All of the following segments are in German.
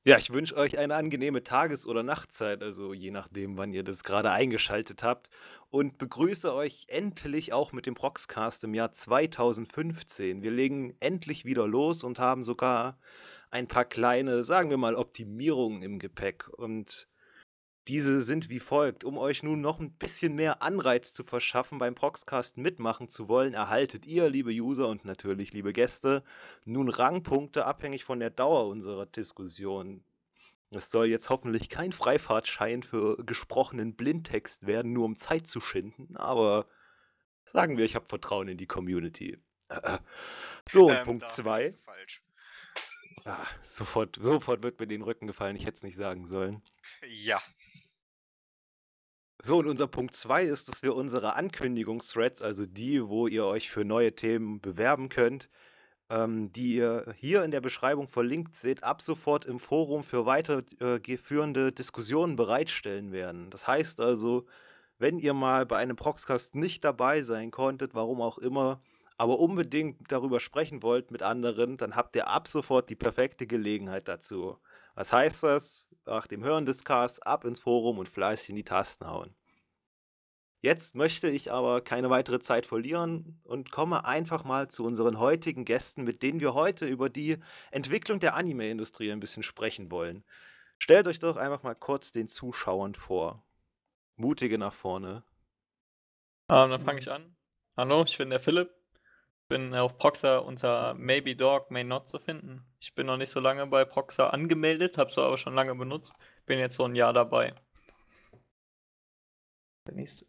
Ja, ich wünsche euch eine angenehme Tages- oder Nachtzeit, also je nachdem, wann ihr das gerade eingeschaltet habt, und begrüße euch endlich auch mit dem Proxcast im Jahr 2015. Wir legen endlich wieder los und haben sogar ein paar kleine, sagen wir mal, Optimierungen im Gepäck. Und diese sind wie folgt: Um euch nun noch ein bisschen mehr Anreiz zu verschaffen, beim Proxcast mitmachen zu wollen, erhaltet ihr, liebe User und natürlich liebe Gäste, nun Rangpunkte abhängig von der Dauer unserer Diskussion. Es soll jetzt hoffentlich kein Freifahrtschein für gesprochenen Blindtext werden, nur um Zeit zu schinden, aber sagen wir, ich habe Vertrauen in die Community. Äh, So, und Punkt Dafür liegst 2. du falsch. Sofort wird mir den Rücken gefallen, ich hätte es nicht sagen sollen. Ja. So, und unser Punkt 2 ist, dass wir unsere Ankündigungsthreads, also die, wo ihr euch für neue Themen bewerben könnt, die ihr hier in der Beschreibung verlinkt seht, ab sofort im Forum für weiterführende Diskussionen bereitstellen werden. Das heißt also, wenn ihr mal bei einem Proxcast nicht dabei sein konntet, warum auch immer, aber unbedingt darüber sprechen wollt mit anderen, dann habt ihr ab sofort die perfekte Gelegenheit dazu. Was heißt das? Nach dem Hören des Casts ab ins Forum und fleißig in die Tasten hauen. Jetzt möchte ich aber keine weitere Zeit verlieren und komme einfach mal zu unseren heutigen Gästen, mit denen wir heute über die Entwicklung der Anime-Industrie ein bisschen sprechen wollen. Stellt euch doch einfach mal kurz den Zuschauern vor. Mutige nach vorne. Dann fange ich an. Hallo, ich bin der Philipp. Ich bin auf Proxa unter Maybe Dog May Not zu finden. Ich bin noch nicht so lange bei Proxa angemeldet, habe es aber schon lange benutzt. Bin jetzt so ein Jahr dabei. Der nächste.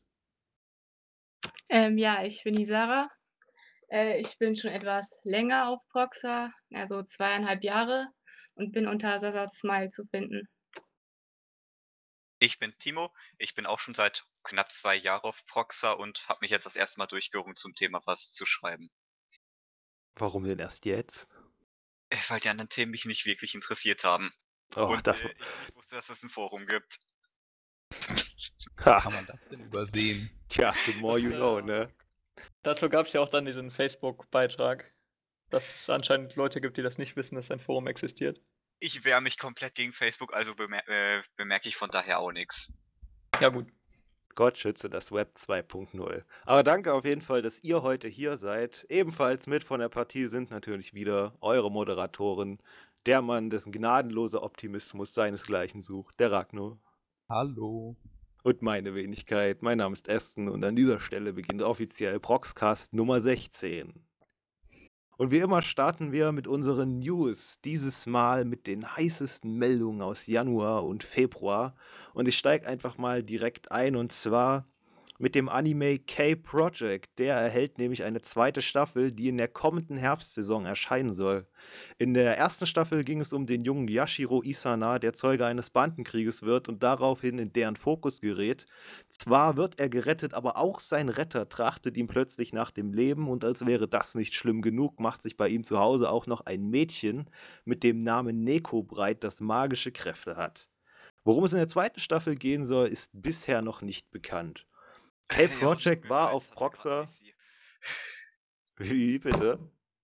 Ja, ich bin die Sarah. Ich bin schon etwas länger auf Proxa, also 2,5 Jahre und bin unter Sasa Smile zu finden. Ich bin Timo. Ich bin auch schon seit knapp 2 Jahren auf Proxa und habe mich jetzt das erste Mal durchgerungen, zum Thema was zu schreiben. Warum denn erst jetzt? Weil die anderen Themen mich nicht wirklich interessiert haben. Oh, Und das. ich nicht wusste, dass es ein Forum gibt. Ha. Kann man das denn übersehen? Tja, the more you know, ne? Dazu gab es ja auch dann diesen Facebook-Beitrag, dass es anscheinend Leute gibt, die das nicht wissen, dass ein Forum existiert. Ich wehre mich komplett gegen Facebook, also bemerke ich von daher auch nichts. Ja gut. Gott schütze das Web 2.0. Aber danke auf jeden Fall, dass ihr heute hier seid. Ebenfalls mit von der Partie sind natürlich wieder eure Moderatoren. Der Mann, dessen gnadenloser Optimismus seinesgleichen sucht, der Ragnar. Hallo. Und meine Wenigkeit. Mein Name ist Aston und an dieser Stelle beginnt offiziell Proxcast Nummer 16. Und wie immer starten wir mit unseren News, dieses Mal mit den heißesten Meldungen aus Januar und Februar. Und ich steige einfach mal direkt ein, und zwar mit dem Anime K-Project. Der erhält nämlich eine zweite Staffel, die in der kommenden Herbstsaison erscheinen soll. In der ersten Staffel ging es um den jungen Yashiro Isana, der Zeuge eines Bandenkrieges wird und daraufhin in deren Fokus gerät. Zwar wird er gerettet, aber auch sein Retter trachtet ihm plötzlich nach dem Leben, und als wäre das nicht schlimm genug, macht sich bei ihm zu Hause auch noch ein Mädchen mit dem Namen Neko breit, das magische Kräfte hat. Worum es in der zweiten Staffel gehen soll, ist bisher noch nicht bekannt. Ja, tut K-Project mir war leid, auf das hatte gerade Proxa. AC. Wie bitte?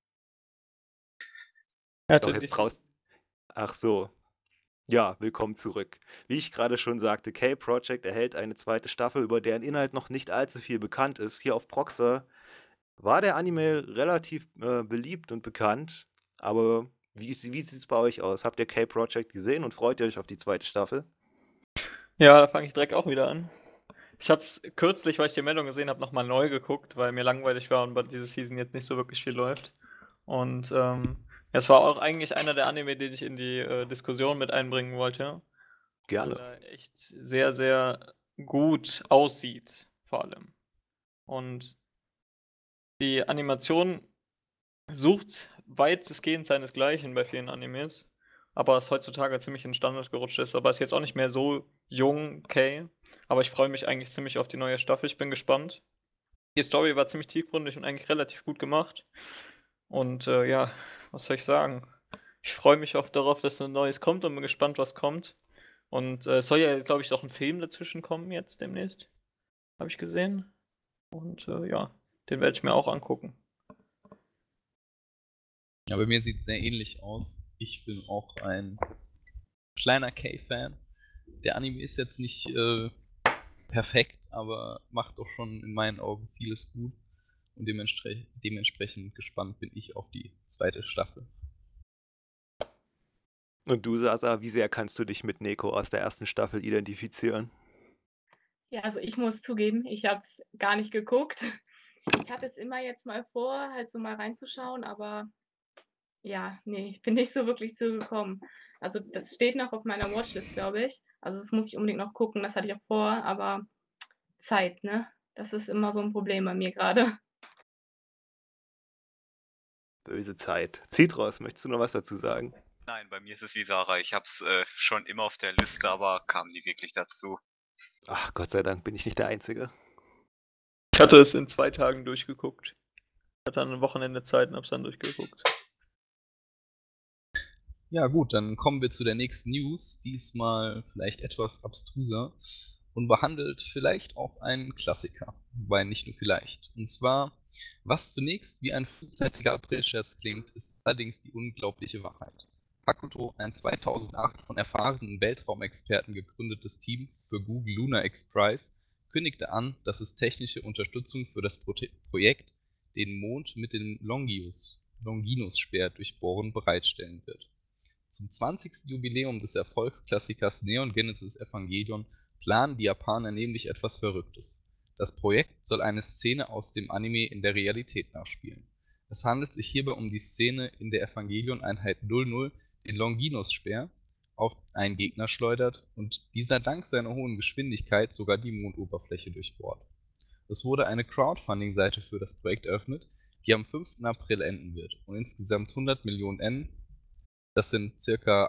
Ja, Doch jetzt traust. Ach so. Ja, willkommen zurück. Wie ich gerade schon sagte, K-Project erhält eine zweite Staffel, über deren Inhalt noch nicht allzu viel bekannt ist. Hier auf Proxa war der Anime relativ beliebt und bekannt, aber wie sieht es bei euch aus? Habt ihr K-Project gesehen und freut ihr euch auf die zweite Staffel? Ja, da fange ich direkt auch wieder an. Ich habe es kürzlich, weil ich die Meldung gesehen habe, nochmal neu geguckt, weil mir langweilig war und bei dieser Season jetzt nicht so wirklich viel läuft. Und es war auch eigentlich einer der Anime, den ich in die Diskussion mit einbringen wollte, weil Gerne. er echt sehr, sehr gut aussieht, vor allem. Und die Animation sucht weitestgehend seinesgleichen bei vielen Animes, aber es heutzutage ziemlich in Standard gerutscht ist. Aber ist jetzt auch nicht mehr so jung, okay. Aber ich freue mich eigentlich ziemlich auf die neue Staffel. Ich bin gespannt. Die Story war ziemlich tiefgründig und eigentlich relativ gut gemacht. Und ja, was soll ich sagen? Ich freue mich auch darauf, dass ein Neues kommt und bin gespannt, was kommt. Und es soll ja, glaube ich, auch ein Film dazwischen kommen jetzt demnächst. Habe ich gesehen. Und ja, den werde ich mir auch angucken. Ja, bei mir sieht es sehr ähnlich aus. Ich bin auch ein kleiner K-Fan. Der Anime ist jetzt nicht perfekt, aber macht doch schon in meinen Augen vieles gut. Und dementsprechend gespannt bin ich auf die zweite Staffel. Und du, Sasa, wie sehr kannst du dich mit Neko aus der ersten Staffel identifizieren? Ja, also ich muss zugeben, ich habe es gar nicht geguckt. Ich hatte es immer jetzt mal vor, halt so mal reinzuschauen, aber ja, nee, ich bin nicht so wirklich zugekommen. Also das steht noch auf meiner Watchlist, glaube ich. Also das muss ich unbedingt noch gucken, das hatte ich auch vor, aber Zeit, ne? Das ist immer so ein Problem bei mir gerade. Böse Zeit. Zitros, möchtest du noch was dazu sagen? Nein, bei mir ist es wie Sarah. Ich hab's schon immer auf der Liste, aber kam nie wirklich dazu. Ach, Gott sei Dank bin ich nicht der Einzige. Ich hatte es in 2 Tagen durchgeguckt. Ich hatte dann ein Wochenende Zeit und hab's dann durchgeguckt. Ja gut, dann kommen wir zu der nächsten News, diesmal vielleicht etwas abstruser und behandelt vielleicht auch einen Klassiker, wobei nicht nur vielleicht. Und zwar, was zunächst wie ein frühzeitiger Aprilscherz klingt, ist allerdings die unglaubliche Wahrheit. Hakuto, ein 2008 von erfahrenen Weltraumexperten gegründetes Team für Google Lunar X Prize, kündigte an, dass es technische Unterstützung für das Projekt, den Mond mit dem Longinus-Speer durchbohren, bereitstellen wird. Zum 20. Jubiläum des Erfolgsklassikers Neon Genesis Evangelion planen die Japaner nämlich etwas Verrücktes. Das Projekt soll eine Szene aus dem Anime in der Realität nachspielen. Es handelt sich hierbei um die Szene, in der Evangelion-Einheit 00 den Longinus-Speer auf einen Gegner schleudert und dieser dank seiner hohen Geschwindigkeit sogar die Mondoberfläche durchbohrt. Es wurde eine Crowdfunding-Seite für das Projekt eröffnet, die am 5. April enden wird und insgesamt 100 Millionen Yen, das sind ca.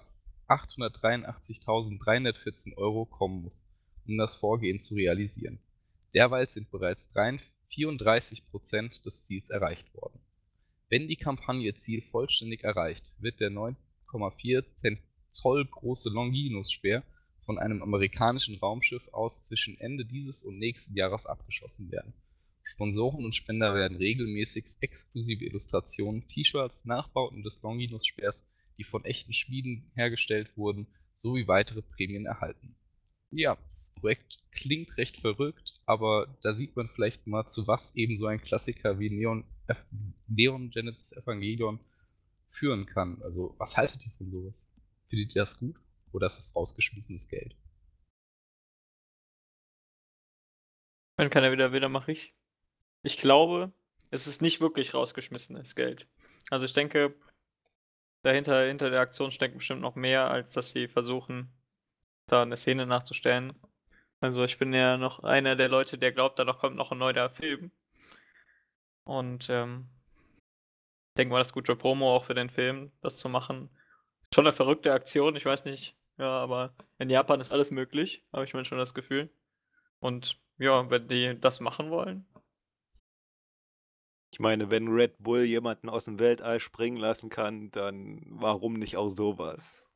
883.314 Euro, kommen muss, um das Vorgehen zu realisieren. Derweil sind bereits 34% des Ziels erreicht worden. Wenn die Kampagne ihr Ziel vollständig erreicht, wird der 9,4 Zoll große Longinus-Speer von einem amerikanischen Raumschiff aus zwischen Ende dieses und nächsten Jahres abgeschossen werden. Sponsoren und Spender werden regelmäßig exklusive Illustrationen, T-Shirts, Nachbauten des Longinus-Speers, die von echten Schmieden hergestellt wurden, sowie weitere Prämien erhalten. Ja, das Projekt klingt recht verrückt, aber da sieht man vielleicht mal, zu was eben so ein Klassiker wie Neon Genesis Evangelion führen kann. Also, was haltet ihr von sowas? Findet ihr das gut? Oder ist es rausgeschmissenes Geld? Wenn keiner wieder mache ich. Ich glaube, es ist nicht wirklich rausgeschmissenes Geld. Also ich denke, hinter der Aktion steckt bestimmt noch mehr, als dass sie versuchen, da eine Szene nachzustellen. Also ich bin ja noch einer der Leute, der glaubt, da kommt noch ein neuer Film. Und ich denke mal, das ist gute Promo auch für den Film, das zu machen. Schon eine verrückte Aktion, ich weiß nicht, ja, aber in Japan ist alles möglich, habe ich manchmal das Gefühl. Und ja, wenn die das machen wollen. Ich meine, wenn Red Bull jemanden aus dem Weltall springen lassen kann, dann warum nicht auch sowas?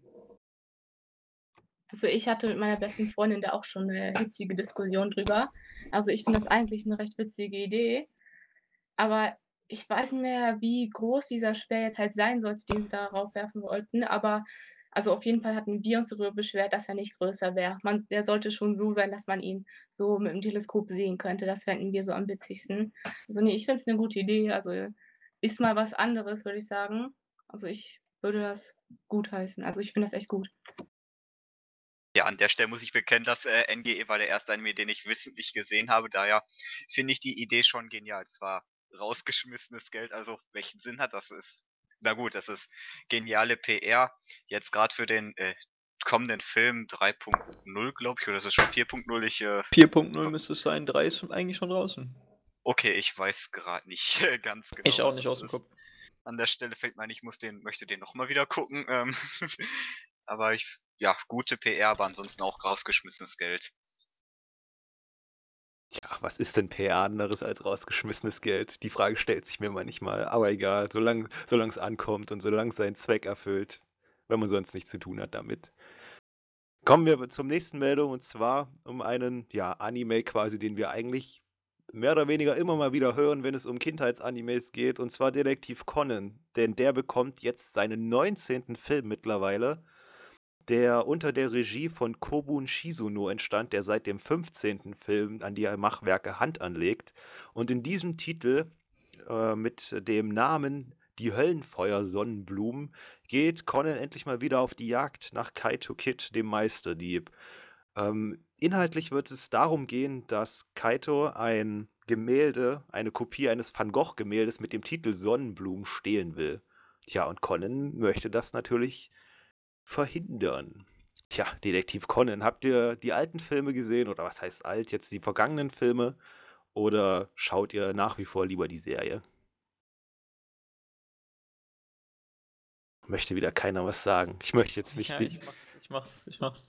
Also ich hatte mit meiner besten Freundin da auch schon eine hitzige Diskussion drüber. Also ich finde das eigentlich eine recht witzige Idee, aber ich weiß nicht mehr, wie groß dieser Speer jetzt halt sein sollte, den sie darauf werfen wollten, aber also auf jeden Fall hatten wir uns darüber beschwert, dass er nicht größer wäre. Der sollte schon so sein, dass man ihn so mit dem Teleskop sehen könnte. Das fänden wir so am witzigsten. Also nee, ich finde es eine gute Idee. Also ist mal was anderes, würde ich sagen. Also ich würde das gutheißen. Also ich finde das echt gut. Ja, an der Stelle muss ich bekennen, dass NGE war der erste Anime, den ich wissentlich gesehen habe. Daher finde ich die Idee schon genial. Zwar rausgeschmissenes Geld, also welchen Sinn hat das? Ist, na gut, das ist geniale PR. Jetzt gerade für den kommenden Film 3.0, glaube ich, oder ist es schon 4.0? 4.0 müsste es sein, 3 ist eigentlich schon draußen. Okay, ich weiß gerade nicht ganz genau. Ich auch was nicht es aus dem ist. Kopf. An der Stelle fällt mir ein, ich möchte den nochmal wieder gucken. Aber ja, gute PR, aber ansonsten auch rausgeschmissenes Geld. Tja, was ist denn PR anderes als rausgeschmissenes Geld? Die Frage stellt sich mir manchmal. Aber egal, solange es ankommt und solange es seinen Zweck erfüllt, wenn man sonst nichts zu tun hat damit. Kommen wir zur nächsten Meldung, und zwar um einen Anime quasi, den wir eigentlich mehr oder weniger immer mal wieder hören, wenn es um Kindheitsanimes geht, und zwar Detektiv Conan. Denn der bekommt jetzt seinen 19. Film mittlerweile. der unter der Regie von Kobun Shizuno entstand, der seit dem 15. Film an die Machwerke Hand anlegt. Und in diesem Titel mit dem Namen Die Höllenfeuer-Sonnenblumen geht Conan endlich mal wieder auf die Jagd nach Kaito Kid, dem Meisterdieb. Inhaltlich wird es darum gehen, dass Kaito ein Gemälde, eine Kopie eines Van Gogh-Gemäldes mit dem Titel Sonnenblumen stehlen will. Tja, und Conan möchte das natürlich verhindern. Tja, Detektiv Conan, habt ihr die alten Filme gesehen? Oder was heißt alt? Jetzt die vergangenen Filme? Oder schaut ihr nach wie vor lieber die Serie? Möchte wieder keiner was sagen. Ich möchte jetzt nicht Ja, die. ich mach's.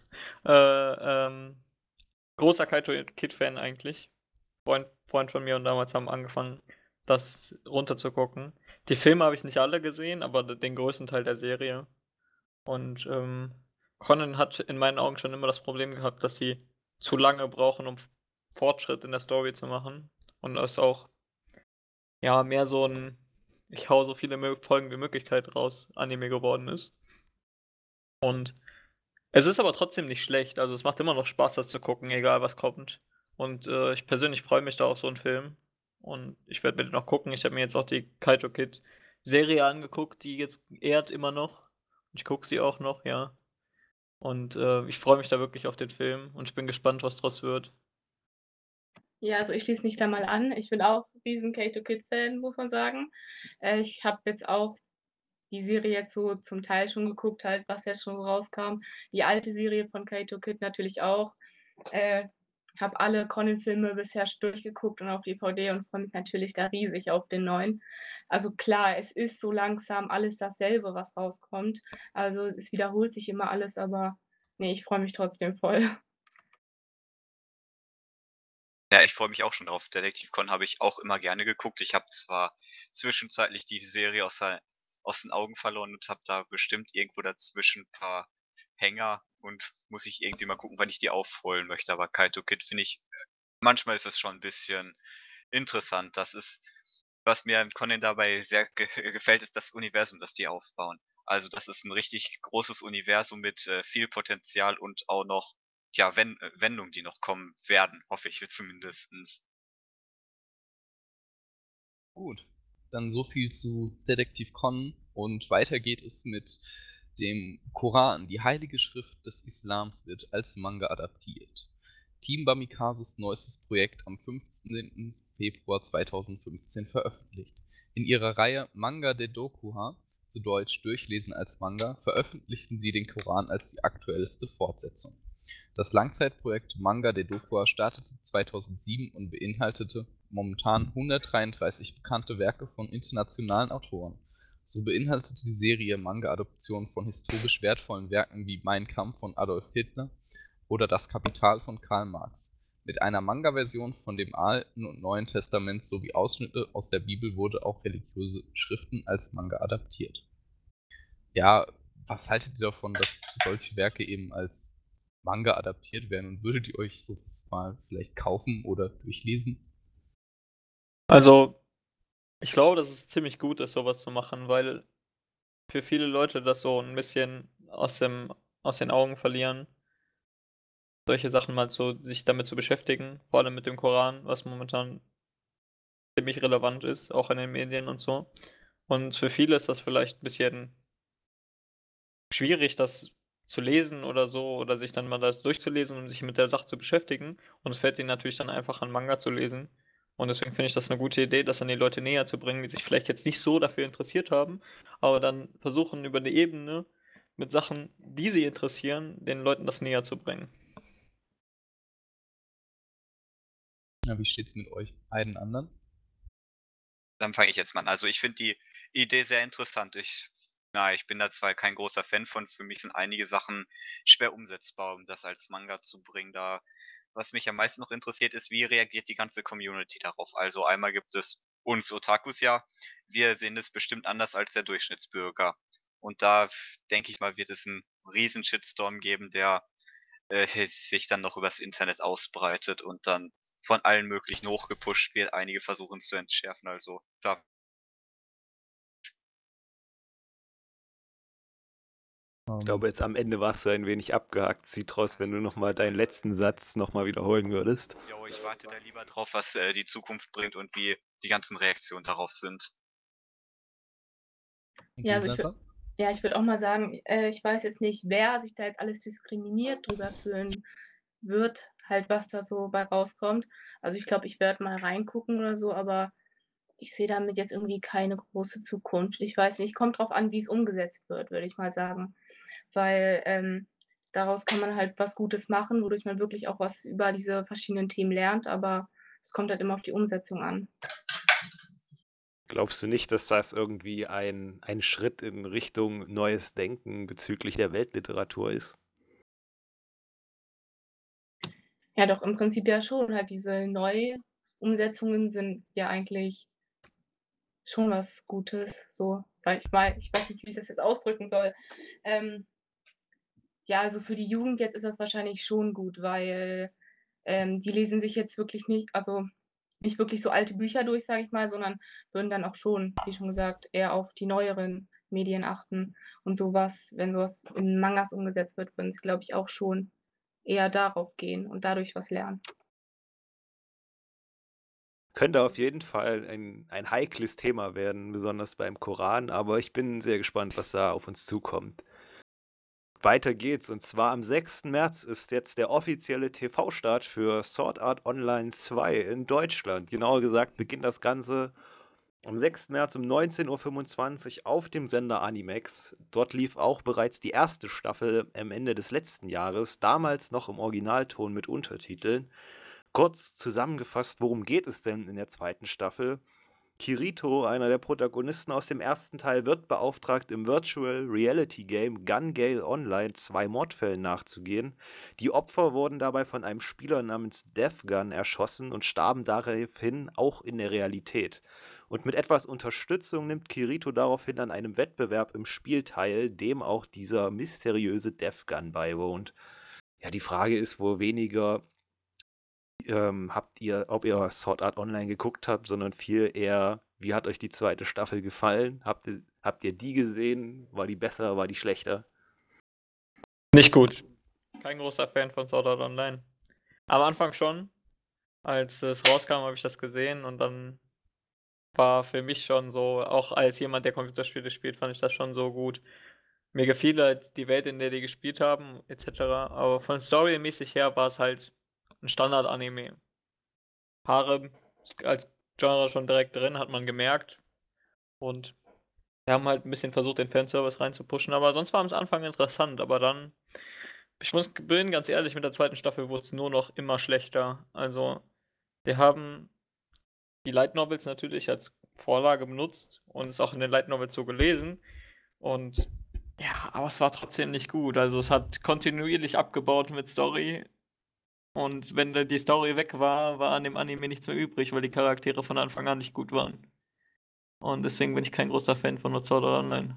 Großer Kaito Kid-Fan eigentlich. Freund von mir und damals haben angefangen, das runterzugucken. Die Filme habe ich nicht alle gesehen, aber den größten Teil der Serie. Und Conan hat in meinen Augen schon immer das Problem gehabt, dass sie zu lange brauchen, um Fortschritt in der Story zu machen. Und es auch ja mehr so ein ich hau so viele Folgen wie Möglichkeit raus Anime geworden ist. Und es ist aber trotzdem nicht schlecht. Also es macht immer noch Spaß, das zu gucken, egal was kommt. Und ich persönlich freue mich da auf so einen Film. Und ich werde mir den noch gucken. Ich habe mir jetzt auch die Kaito Kid Serie angeguckt, die jetzt ehrt immer noch. Und ich gucke sie auch noch, ja. Und ich freue mich da wirklich auf den Film und ich bin gespannt, was draus wird. Ja, also ich schließe mich da mal an. Ich bin auch riesen Kato Kid-Fan, muss man sagen. Ich habe jetzt auch die Serie jetzt so zum Teil schon geguckt, halt, was jetzt schon rauskam. Die alte Serie von Kato Kid natürlich auch. Habe alle Conan-Filme bisher durchgeguckt und auf DVD und freue mich natürlich da riesig auf den neuen. Also klar, es ist so langsam alles dasselbe, was rauskommt. Also es wiederholt sich immer alles, aber nee, ich freue mich trotzdem voll. Ja, ich freue mich auch schon drauf. Detektiv Conan habe ich auch immer gerne geguckt. Ich habe zwar zwischenzeitlich die Serie aus den Augen verloren und habe da bestimmt irgendwo dazwischen ein paar Hänger und muss ich irgendwie mal gucken, wann ich die aufholen möchte. Aber Kaito Kid finde ich, manchmal ist es schon ein bisschen interessant. Das ist, was mir an Conan dabei sehr gefällt, ist das Universum, das die aufbauen. Also das ist ein richtig großes Universum mit viel Potenzial und auch noch ja, Wendungen, die noch kommen werden, hoffe ich zumindestens. Gut, dann so viel zu Detektiv Conan und weiter geht es mit dem Koran. Die heilige Schrift des Islams wird als Manga adaptiert. Team Bamikases neuestes Projekt am 15. Februar 2015 veröffentlicht. In ihrer Reihe Manga de Dokuha, zu Deutsch Durchlesen als Manga, veröffentlichten sie den Koran als die aktuellste Fortsetzung. Das Langzeitprojekt Manga de Dokuha startete 2007 und beinhaltete momentan 133 bekannte Werke von internationalen Autoren. So beinhaltete die Serie Manga-Adaptionen von historisch wertvollen Werken wie Mein Kampf von Adolf Hitler oder Das Kapital von Karl Marx. Mit einer Manga-Version von dem Alten und Neuen Testament sowie Ausschnitte aus der Bibel wurde auch religiöse Schriften als Manga adaptiert. Ja, was haltet ihr davon, dass solche Werke eben als Manga adaptiert werden und würdet ihr euch sowas mal vielleicht kaufen oder durchlesen? Also, ich glaube, dass es ziemlich gut ist, sowas zu machen, weil für viele Leute das so ein bisschen aus den Augen verlieren, solche Sachen mal sich damit zu beschäftigen, vor allem mit dem Koran, was momentan ziemlich relevant ist, auch in den Medien und so. Und für viele ist das vielleicht ein bisschen schwierig, das zu lesen oder so oder sich dann mal das durchzulesen und sich mit der Sache zu beschäftigen. Und es fällt ihnen natürlich dann einfach an, Manga zu lesen. Und deswegen finde ich das eine gute Idee, das an die Leute näher zu bringen, die sich vielleicht jetzt nicht so dafür interessiert haben, aber dann versuchen, über 'ne Ebene mit Sachen, die sie interessieren, den Leuten das näher zu bringen. Ja, wie steht's mit euch beiden anderen? Dann fange ich jetzt mal an. Also, ich finde die Idee sehr interessant. Ich bin da zwar kein großer Fan von, für mich sind einige Sachen schwer umsetzbar, um das als Manga zu bringen. Was mich am meisten noch interessiert, ist, wie reagiert die ganze Community darauf? Also, einmal gibt es uns Otakus ja, wir sehen es bestimmt anders als der Durchschnittsbürger. Und da denke ich mal, wird es 'n riesen Shitstorm geben, der sich dann noch übers Internet ausbreitet und dann von allen möglichen hochgepusht wird. Einige versuchen es zu entschärfen, also da Ich glaube, jetzt am Ende warst du ein wenig abgehakt, Citros, wenn du nochmal deinen letzten Satz nochmal wiederholen würdest. Jo, ich warte da lieber drauf, was die Zukunft bringt und wie die ganzen Reaktionen darauf sind. Und Ja, du, also Sasa? ich würde auch mal sagen, ich weiß jetzt nicht, wer sich da jetzt alles diskriminiert drüber fühlen wird, halt was da so bei rauskommt. Also ich glaube, ich werde mal reingucken oder so, aber ich sehe damit jetzt irgendwie keine große Zukunft. Ich weiß nicht, kommt drauf an, wie es umgesetzt wird, würde ich mal sagen. Weil daraus kann man halt was Gutes machen, wodurch man wirklich auch was über diese verschiedenen Themen lernt, aber es kommt halt immer auf die Umsetzung an. Glaubst du nicht, dass das irgendwie ein Schritt in Richtung neues Denken bezüglich der Weltliteratur ist? Ja, doch, im Prinzip ja schon. Halt diese Neuumsetzungen sind ja eigentlich schon was Gutes, so, sag ich mal. Ich weiß nicht, wie ich das jetzt ausdrücken soll. Ja, also für die Jugend jetzt ist das wahrscheinlich schon gut, weil die lesen sich jetzt wirklich nicht wirklich so alte Bücher durch, sage ich mal, sondern würden dann auch schon, wie schon gesagt, eher auf die neueren Medien achten und sowas, wenn sowas in Mangas umgesetzt wird, würden sie, glaube ich, auch schon eher darauf gehen und dadurch was lernen. Könnte auf jeden Fall ein heikles Thema werden, besonders beim Koran, aber ich bin sehr gespannt, was da auf uns zukommt. Weiter geht's, und zwar am 6. März ist jetzt der offizielle TV-Start für Sword Art Online 2 in Deutschland. Genauer gesagt beginnt das Ganze am 6. März um 19:25 Uhr auf dem Sender Animax. Dort lief auch bereits die erste Staffel am Ende des letzten Jahres, damals noch im Originalton mit Untertiteln. Kurz zusammengefasst, worum geht es denn in der zweiten Staffel? Kirito, einer der Protagonisten aus dem ersten Teil, wird beauftragt, im Virtual Reality Game Gun Gale Online 2 Mordfällen nachzugehen. Die Opfer wurden dabei von einem Spieler namens Death Gun erschossen und starben daraufhin auch in der Realität. Und mit etwas Unterstützung nimmt Kirito daraufhin an einem Wettbewerb im Spiel teil, dem auch dieser mysteriöse Death Gun beiwohnt. Ja, die Frage ist wohl weniger, ob ihr Sword Art Online geguckt habt, sondern viel eher, wie hat euch die zweite Staffel gefallen? Habt ihr die gesehen? War die besser? War die schlechter? Nicht gut. Kein großer Fan von Sword Art Online. Am Anfang schon. Als es rauskam, habe ich das gesehen und dann war für mich schon so, auch als jemand, der Computerspiele spielt, fand ich das schon so gut. Mir gefiel halt die Welt, in der die gespielt haben, etc. Aber von storymäßig her war es halt ein Standard-Anime. Harem als Genre schon direkt drin, hat man gemerkt. Und wir haben halt ein bisschen versucht, den Fanservice reinzupushen, aber sonst war am Anfang interessant. Aber dann, bin ganz ehrlich, mit der zweiten Staffel wurde es nur noch immer schlechter. Also, wir haben die Light Novels natürlich als Vorlage benutzt und es auch in den Light Novels so gelesen. Und ja, aber es war trotzdem nicht gut. Also es hat kontinuierlich abgebaut mit Story. Und wenn die Story weg war, war an dem Anime nichts mehr übrig, weil die Charaktere von Anfang an nicht gut waren. Und deswegen bin ich kein großer Fan von Sword Art Online.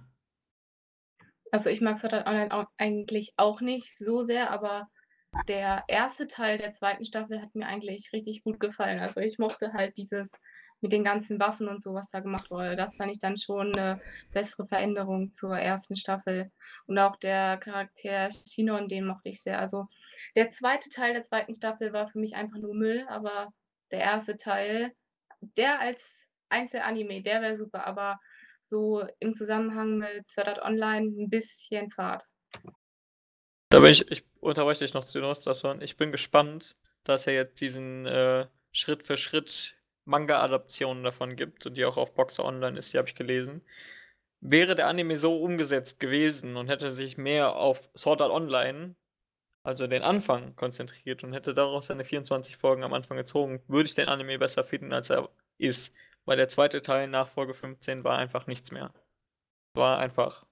Also ich mag Sword Art Online auch eigentlich auch nicht so sehr, aber der erste Teil der zweiten Staffel hat mir eigentlich richtig gut gefallen. Also ich mochte halt dieses mit den ganzen Waffen und so, was da gemacht wurde. Das fand ich dann schon eine bessere Veränderung zur ersten Staffel. Und auch der Charakter Shinon, den mochte ich sehr. Also der zweite Teil der zweiten Staffel war für mich einfach nur Müll, aber der erste Teil, der als Einzelanime, der wäre super, aber so im Zusammenhang mit Sword Art Online ein bisschen fad. Da bin ich unterbreche dich noch zu davon. Ich bin gespannt, dass er jetzt diesen Schritt für Schritt Manga-Adaptionen davon gibt und die auch auf Boxer Online ist, die habe ich gelesen. Wäre der Anime so umgesetzt gewesen und hätte sich mehr auf Sword Art Online, also den Anfang, konzentriert und hätte daraus seine 24 Folgen am Anfang gezogen, würde ich den Anime besser finden, als er ist. Weil der zweite Teil nach Folge 15 war einfach nichts mehr. War einfach.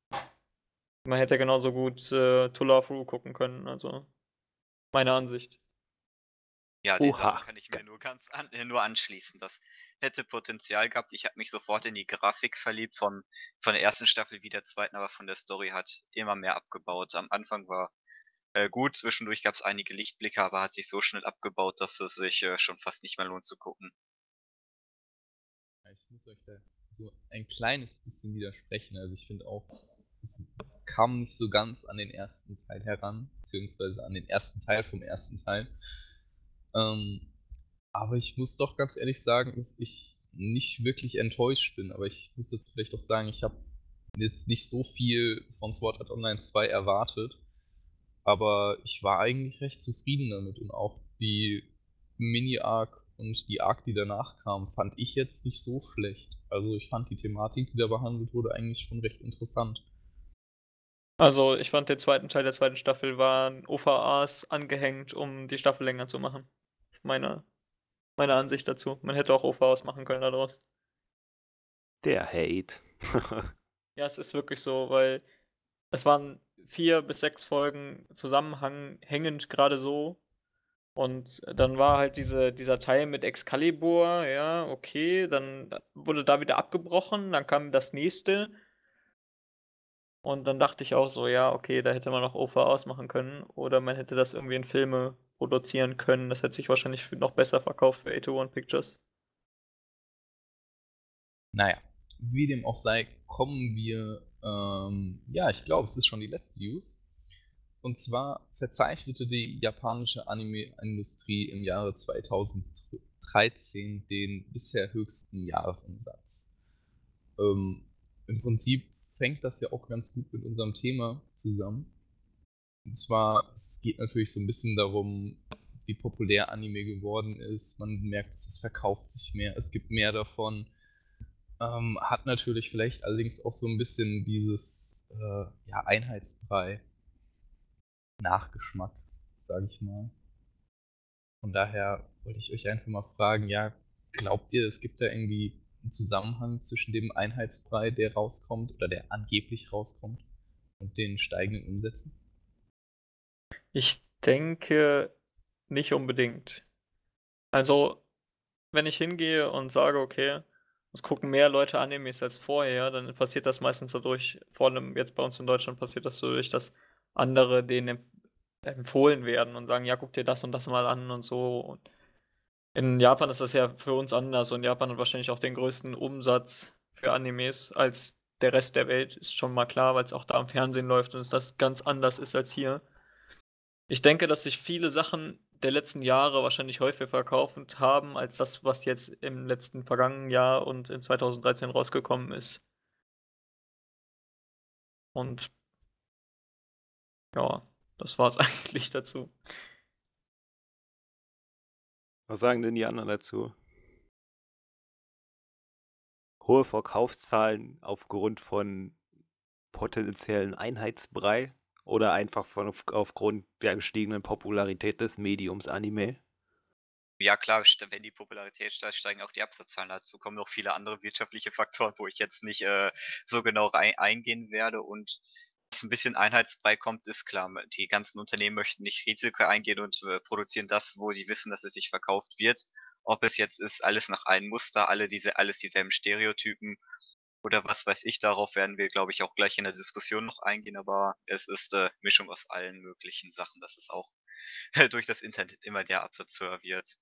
Man hätte genauso gut To Love Ru gucken können, also meine Ansicht. Ja, den Oha. Sachen kann ich mir nur anschließen. Das hätte Potenzial gehabt. Ich habe mich sofort in die Grafik verliebt von der ersten Staffel wie der zweiten, aber von der Story hat immer mehr abgebaut. Am Anfang war gut, zwischendurch gab es einige Lichtblicke, aber hat sich so schnell abgebaut, dass es sich schon fast nicht mehr lohnt zu gucken. Ich muss euch da so ein kleines bisschen widersprechen. Also ich finde auch, es kam nicht so ganz an den ersten Teil heran, beziehungsweise an den ersten Teil vom ersten Teil. Aber ich muss doch ganz ehrlich sagen, dass ich nicht wirklich enttäuscht bin. Aber ich muss jetzt vielleicht auch sagen, ich habe jetzt nicht so viel von Sword Art Online 2 erwartet. Aber ich war eigentlich recht zufrieden damit. Und auch die Mini-Arc und die Arc, die danach kam, fand ich jetzt nicht so schlecht. Also ich fand die Thematik, die da behandelt wurde, eigentlich schon recht interessant. Also ich fand den zweiten Teil der zweiten Staffel waren OVAs angehängt, um die Staffel länger zu machen. Das ist meine Ansicht dazu. Man hätte auch OVAs machen können daraus. Der Hate. Ja, es ist wirklich so, weil es waren 4 bis 6 Folgen zusammenhängend gerade so. Und dann war halt dieser Teil mit Excalibur, ja, okay, dann wurde da wieder abgebrochen, dann kam das nächste. Und dann dachte ich auch so, ja, okay, da hätte man noch OVAs machen können. Oder man hätte das irgendwie in Filme produzieren können. Das hätte sich wahrscheinlich noch besser verkauft für 801 Pictures. Naja, wie dem auch sei, kommen wir, ja, ich glaube, es ist schon die letzte News. Und zwar verzeichnete die japanische Anime-Industrie im Jahre 2013 den bisher höchsten Jahresumsatz. Im Prinzip fängt das ja auch ganz gut mit unserem Thema zusammen. Und zwar, es geht natürlich so ein bisschen darum, wie populär Anime geworden ist. Man merkt, es verkauft sich mehr, es gibt mehr davon. Hat natürlich vielleicht allerdings auch so ein bisschen dieses ja, Einheitsbrei-Nachgeschmack, sage ich mal. Von daher wollte ich euch einfach mal fragen, ja, glaubt ihr, es gibt da irgendwie einen Zusammenhang zwischen dem Einheitsbrei, der rauskommt oder der angeblich rauskommt und den steigenden Umsätzen? Ich denke nicht unbedingt. Also, wenn ich hingehe und sage, okay, es gucken mehr Leute Animes als vorher, dann passiert das meistens dadurch, vor allem jetzt bei uns in Deutschland passiert das dadurch, dass andere denen empfohlen werden und sagen, ja, guck dir das und das mal an und so. Und in Japan ist das ja für uns anders und Japan hat wahrscheinlich auch den größten Umsatz für Animes als der Rest der Welt, ist schon mal klar, weil es auch da im Fernsehen läuft und es das ganz anders ist als hier. Ich denke, dass sich viele Sachen der letzten Jahre wahrscheinlich häufiger verkauft haben, als das, was jetzt im letzten vergangenen Jahr und in 2013 rausgekommen ist. Und ja, das war es eigentlich dazu. Was sagen denn die anderen dazu? Hohe Verkaufszahlen aufgrund von potenziellen Einheitsbrei oder einfach aufgrund der gestiegenen Popularität des Mediums Anime? Ja klar, wenn die Popularität steigt, steigen auch die Absatzzahlen. Dazu kommen noch viele andere wirtschaftliche Faktoren, wo ich jetzt nicht so genau eingehen werde. Und dass ein bisschen Einheitsbrei kommt, ist klar. Die ganzen Unternehmen möchten nicht Risiko eingehen und produzieren das, wo die wissen, dass es sich verkauft wird. Ob es jetzt ist, alles nach einem Muster, alles dieselben Stereotypen oder was weiß ich, darauf werden wir, glaube ich, auch gleich in der Diskussion noch eingehen, aber es ist Mischung aus allen möglichen Sachen, dass es auch durch das Internet immer der Absatz höher wird.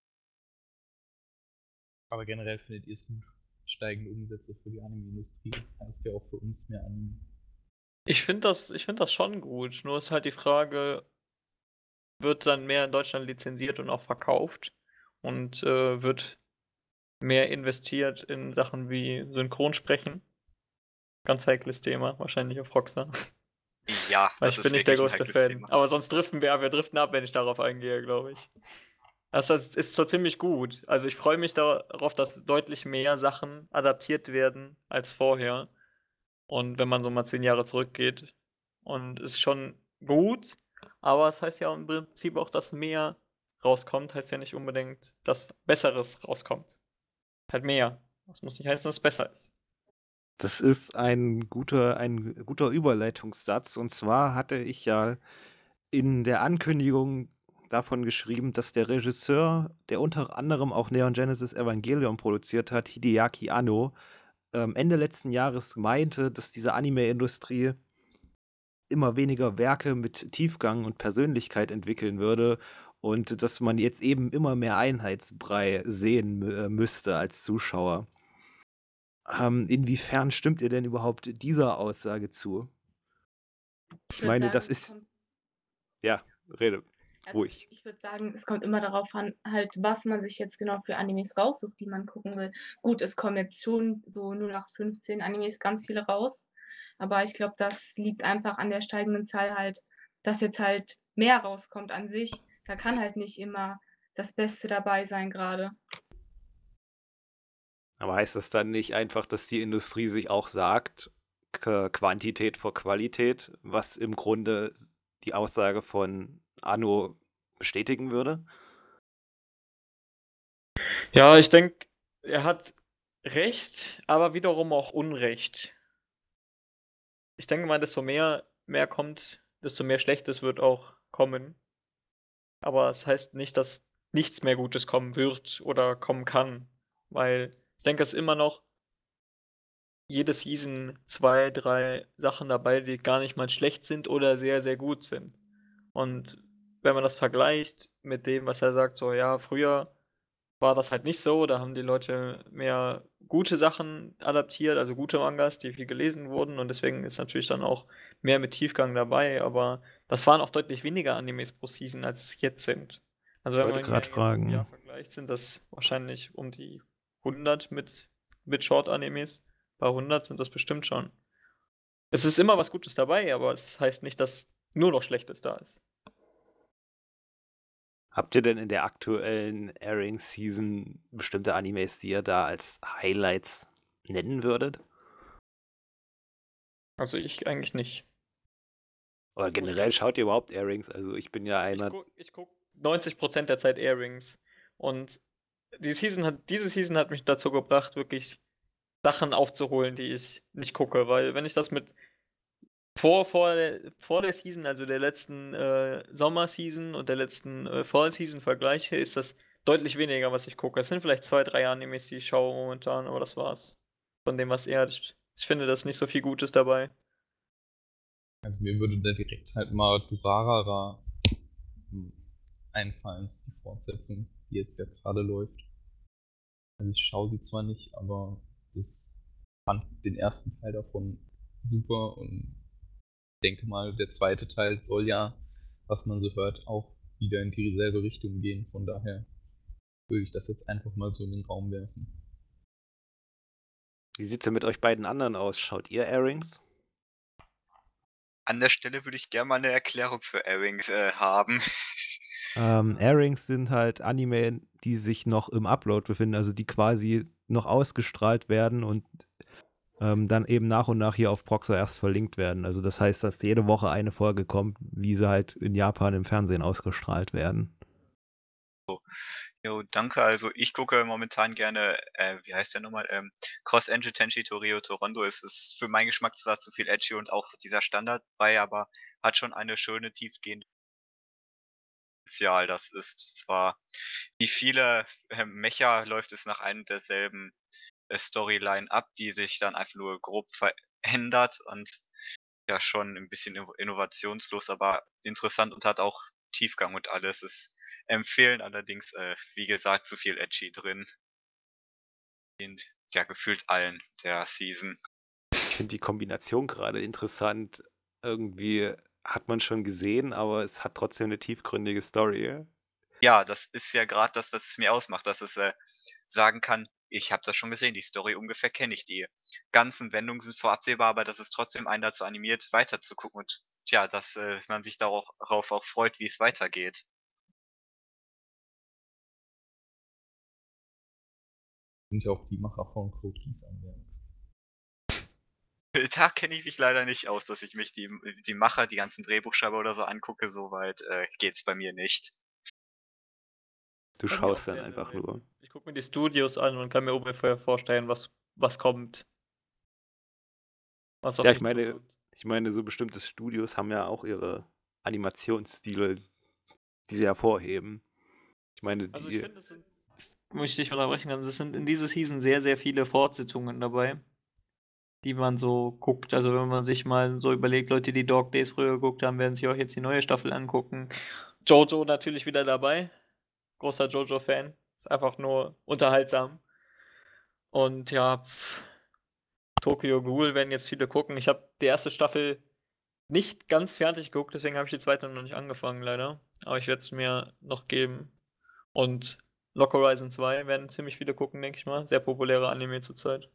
Aber generell findet ihr es gut? Steigende Umsätze für die Anime-Industrie heißt ja auch für uns mehr Anime. Ich finde das schon gut. Nur ist halt die Frage, wird dann mehr in Deutschland lizenziert und auch verkauft? Und wird mehr investiert in Sachen wie Synchronsprechen? Ganz heikles Thema, wahrscheinlich auf Rockstar. Ja, Weil das ich ist bin nicht der wirklich ein größte heikles Fan. Thema. Aber sonst driften wir driften ab, wenn ich darauf eingehe, glaube ich. Das ist zwar ziemlich gut. Also ich freue mich darauf, dass deutlich mehr Sachen adaptiert werden als vorher. Und wenn man so mal 10 Jahre zurückgeht. Und ist schon gut, aber es heißt ja im Prinzip auch, dass mehr rauskommt, heißt ja nicht unbedingt, dass Besseres rauskommt. Halt mehr. Das muss nicht heißen, dass es besser ist. Das ist ein guter Überleitungssatz. Und zwar hatte ich ja in der Ankündigung davon geschrieben, dass der Regisseur, der unter anderem auch Neon Genesis Evangelion produziert hat, Hideaki Anno, Ende letzten Jahres meinte, dass diese Anime-Industrie immer weniger Werke mit Tiefgang und Persönlichkeit entwickeln würde und dass man jetzt eben immer mehr Einheitsbrei sehen müsste als Zuschauer. Inwiefern stimmt ihr denn überhaupt dieser Aussage zu? Ich meine, das ist. Ja, rede. Ruhig. Ich würde sagen, es kommt immer darauf an, halt, was man sich jetzt genau für Animes raussucht, die man gucken will. Gut, es kommen jetzt schon so nur nach 15 Animes ganz viele raus. Aber ich glaube, das liegt einfach an der steigenden Zahl halt, dass jetzt halt mehr rauskommt an sich. Da kann halt nicht immer das Beste dabei sein gerade. Aber heißt das dann nicht einfach, dass die Industrie sich auch sagt, Quantität vor Qualität, was im Grunde die Aussage von Anno bestätigen würde? Ja, ich denke, er hat recht, aber wiederum auch Unrecht. Ich denke mal, desto mehr kommt, desto mehr Schlechtes wird auch kommen. Aber es heißt nicht, dass nichts mehr Gutes kommen wird oder kommen kann. Weil ich denke, es ist immer noch jede Season 2, 3 Sachen dabei, die gar nicht mal schlecht sind oder sehr, sehr gut sind. Und wenn man das vergleicht mit dem, was er sagt, so ja, früher war das halt nicht so, da haben die Leute mehr gute Sachen adaptiert, also gute Mangas, die viel gelesen wurden und deswegen ist natürlich dann auch mehr mit Tiefgang dabei, aber das waren auch deutlich weniger Animes pro Season, als es jetzt sind. Also Ich wenn wollte man gerade jetzt im Jahr fragen. vergleicht, sind das wahrscheinlich um die 100 mit Short-Animes. Bei 100 sind das bestimmt schon. Es ist immer was Gutes dabei, aber es heißt nicht, dass nur noch Schlechtes da ist. Habt ihr denn in der aktuellen Airing-Season bestimmte Animes, die ihr da als Highlights nennen würdet? Also ich eigentlich nicht. Oder generell schaut ihr überhaupt Airings? Also ich bin ja einer. Ich guck 90% der Zeit Airings. Und diese Season hat mich dazu gebracht, wirklich Sachen aufzuholen, die ich nicht gucke. Weil wenn ich das mit vor der Season, also der letzten Sommerseason und der letzten Fall-Season vergleiche, ist das deutlich weniger, was ich gucke. Es sind vielleicht 2, 3 Animes, die ich schaue momentan, aber das war's. Von dem, was er. Ich finde, da ist nicht so viel Gutes dabei. Also mir würde da direkt halt mal Durarara einfallen, die Fortsetzung, die jetzt ja gerade läuft. Also ich schaue sie zwar nicht, aber das fand den ersten Teil davon super und denke mal, der zweite Teil soll ja, was man so hört, auch wieder in dieselbe Richtung gehen. Von daher würde ich das jetzt einfach mal so in den Raum werfen. Wie sieht's denn mit euch beiden anderen aus? Schaut ihr Airings? An der Stelle würde ich gerne mal eine Erklärung für Airings haben. Airings sind halt Anime, die sich noch im Upload befinden, also die quasi noch ausgestrahlt werden und dann eben nach und nach hier auf Proxer erst verlinkt werden. Also das heißt, dass jede Woche eine Folge kommt, wie sie halt in Japan im Fernsehen ausgestrahlt werden. Jo, danke. Also ich gucke momentan gerne, wie heißt der nochmal? Cross-Engine Tenchi Torio Torondo. Es ist für meinen Geschmack zwar zu viel edgy und auch dieser Standard bei, aber hat schon eine schöne, tiefgehende Potenzial. Das ist zwar, wie viele Mecha läuft es nach einem derselben Storyline ab, die sich dann einfach nur grob verändert und ja schon ein bisschen innovationslos, aber interessant und hat auch Tiefgang und alles. Ist empfehlen, allerdings, wie gesagt, zu viel Edgy drin. In ja, gefühlt allen der Season. Ich finde die Kombination gerade interessant. Irgendwie hat man schon gesehen, aber es hat trotzdem eine tiefgründige Story. Ja, das ist ja gerade das, was es mir ausmacht, dass es sagen kann, ich habe das schon gesehen, die Story ungefähr kenne ich. Die ganzen Wendungen sind vorabsehbar, aber dass es trotzdem einen dazu animiert, weiterzugucken und ja, dass man sich darauf auch freut, wie es weitergeht. Sind ja auch die Macher von Code Geass am Werk. Da kenne ich mich leider nicht aus, dass ich mich die Macher, die ganzen Drehbuchschreiber oder so angucke, soweit geht's bei mir nicht. Du Kann ich schaust auch dann gerne einfach nehmen. nur. Ich gucke mir die Studios an und kann mir ungefähr vorstellen, was kommt. Was auf Ja, mich zukommt. ich meine, so bestimmte Studios haben ja auch ihre Animationsstile, die sie hervorheben. Ich meine, Also ich die. finde, muss ich dich unterbrechen, also es sind in dieser Season sehr, sehr viele Fortsetzungen dabei, die man so guckt. Also wenn man sich mal so überlegt, Leute, die Dog Days früher geguckt haben, werden sich auch jetzt die neue Staffel angucken. Jojo natürlich wieder dabei. Großer Jojo-Fan. Ist einfach nur unterhaltsam. Und ja, Tokyo Ghoul werden jetzt viele gucken. Ich habe die erste Staffel nicht ganz fertig geguckt, deswegen habe ich die zweite noch nicht angefangen, leider. Aber ich werde es mir noch geben. Und Log Horizon 2 werden ziemlich viele gucken, denke ich mal. Sehr populäre Anime zurzeit.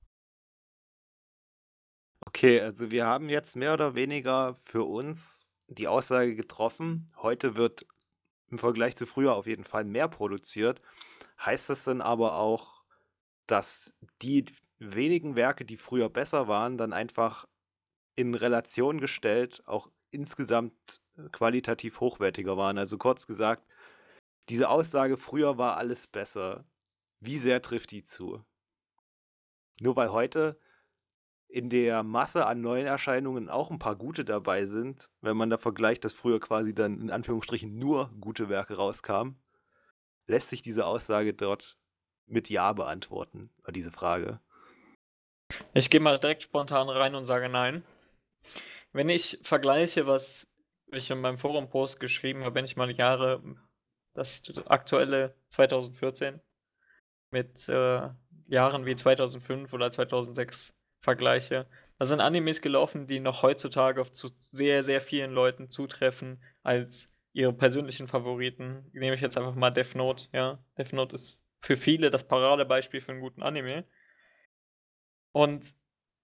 Okay, also wir haben jetzt mehr oder weniger für uns die Aussage getroffen, heute wird im Vergleich zu früher auf jeden Fall mehr produziert. Heißt das dann aber auch, dass die wenigen Werke, die früher besser waren, dann einfach in Relation gestellt auch insgesamt qualitativ hochwertiger waren? Also kurz gesagt, diese Aussage, früher war alles besser, wie sehr trifft die zu? Nur weil heute in der Masse an neuen Erscheinungen auch ein paar gute dabei sind, wenn man da vergleicht, dass früher quasi dann in Anführungsstrichen nur gute Werke rauskamen, lässt sich diese Aussage dort mit Ja beantworten, oder diese Frage. Ich gehe mal direkt spontan rein und sage nein. Wenn ich vergleiche, was ich in meinem Forum-Post geschrieben habe, wenn ich mal Jahre, das aktuelle 2014 mit Jahren wie 2005 oder 2006 vergleiche, da sind Animes gelaufen, die noch heutzutage zu sehr, sehr vielen Leuten zutreffen als ihre persönlichen Favoriten. Nehme ich jetzt einfach mal Death Note, ja. Death Note ist für viele das Paradebeispiel für einen guten Anime. Und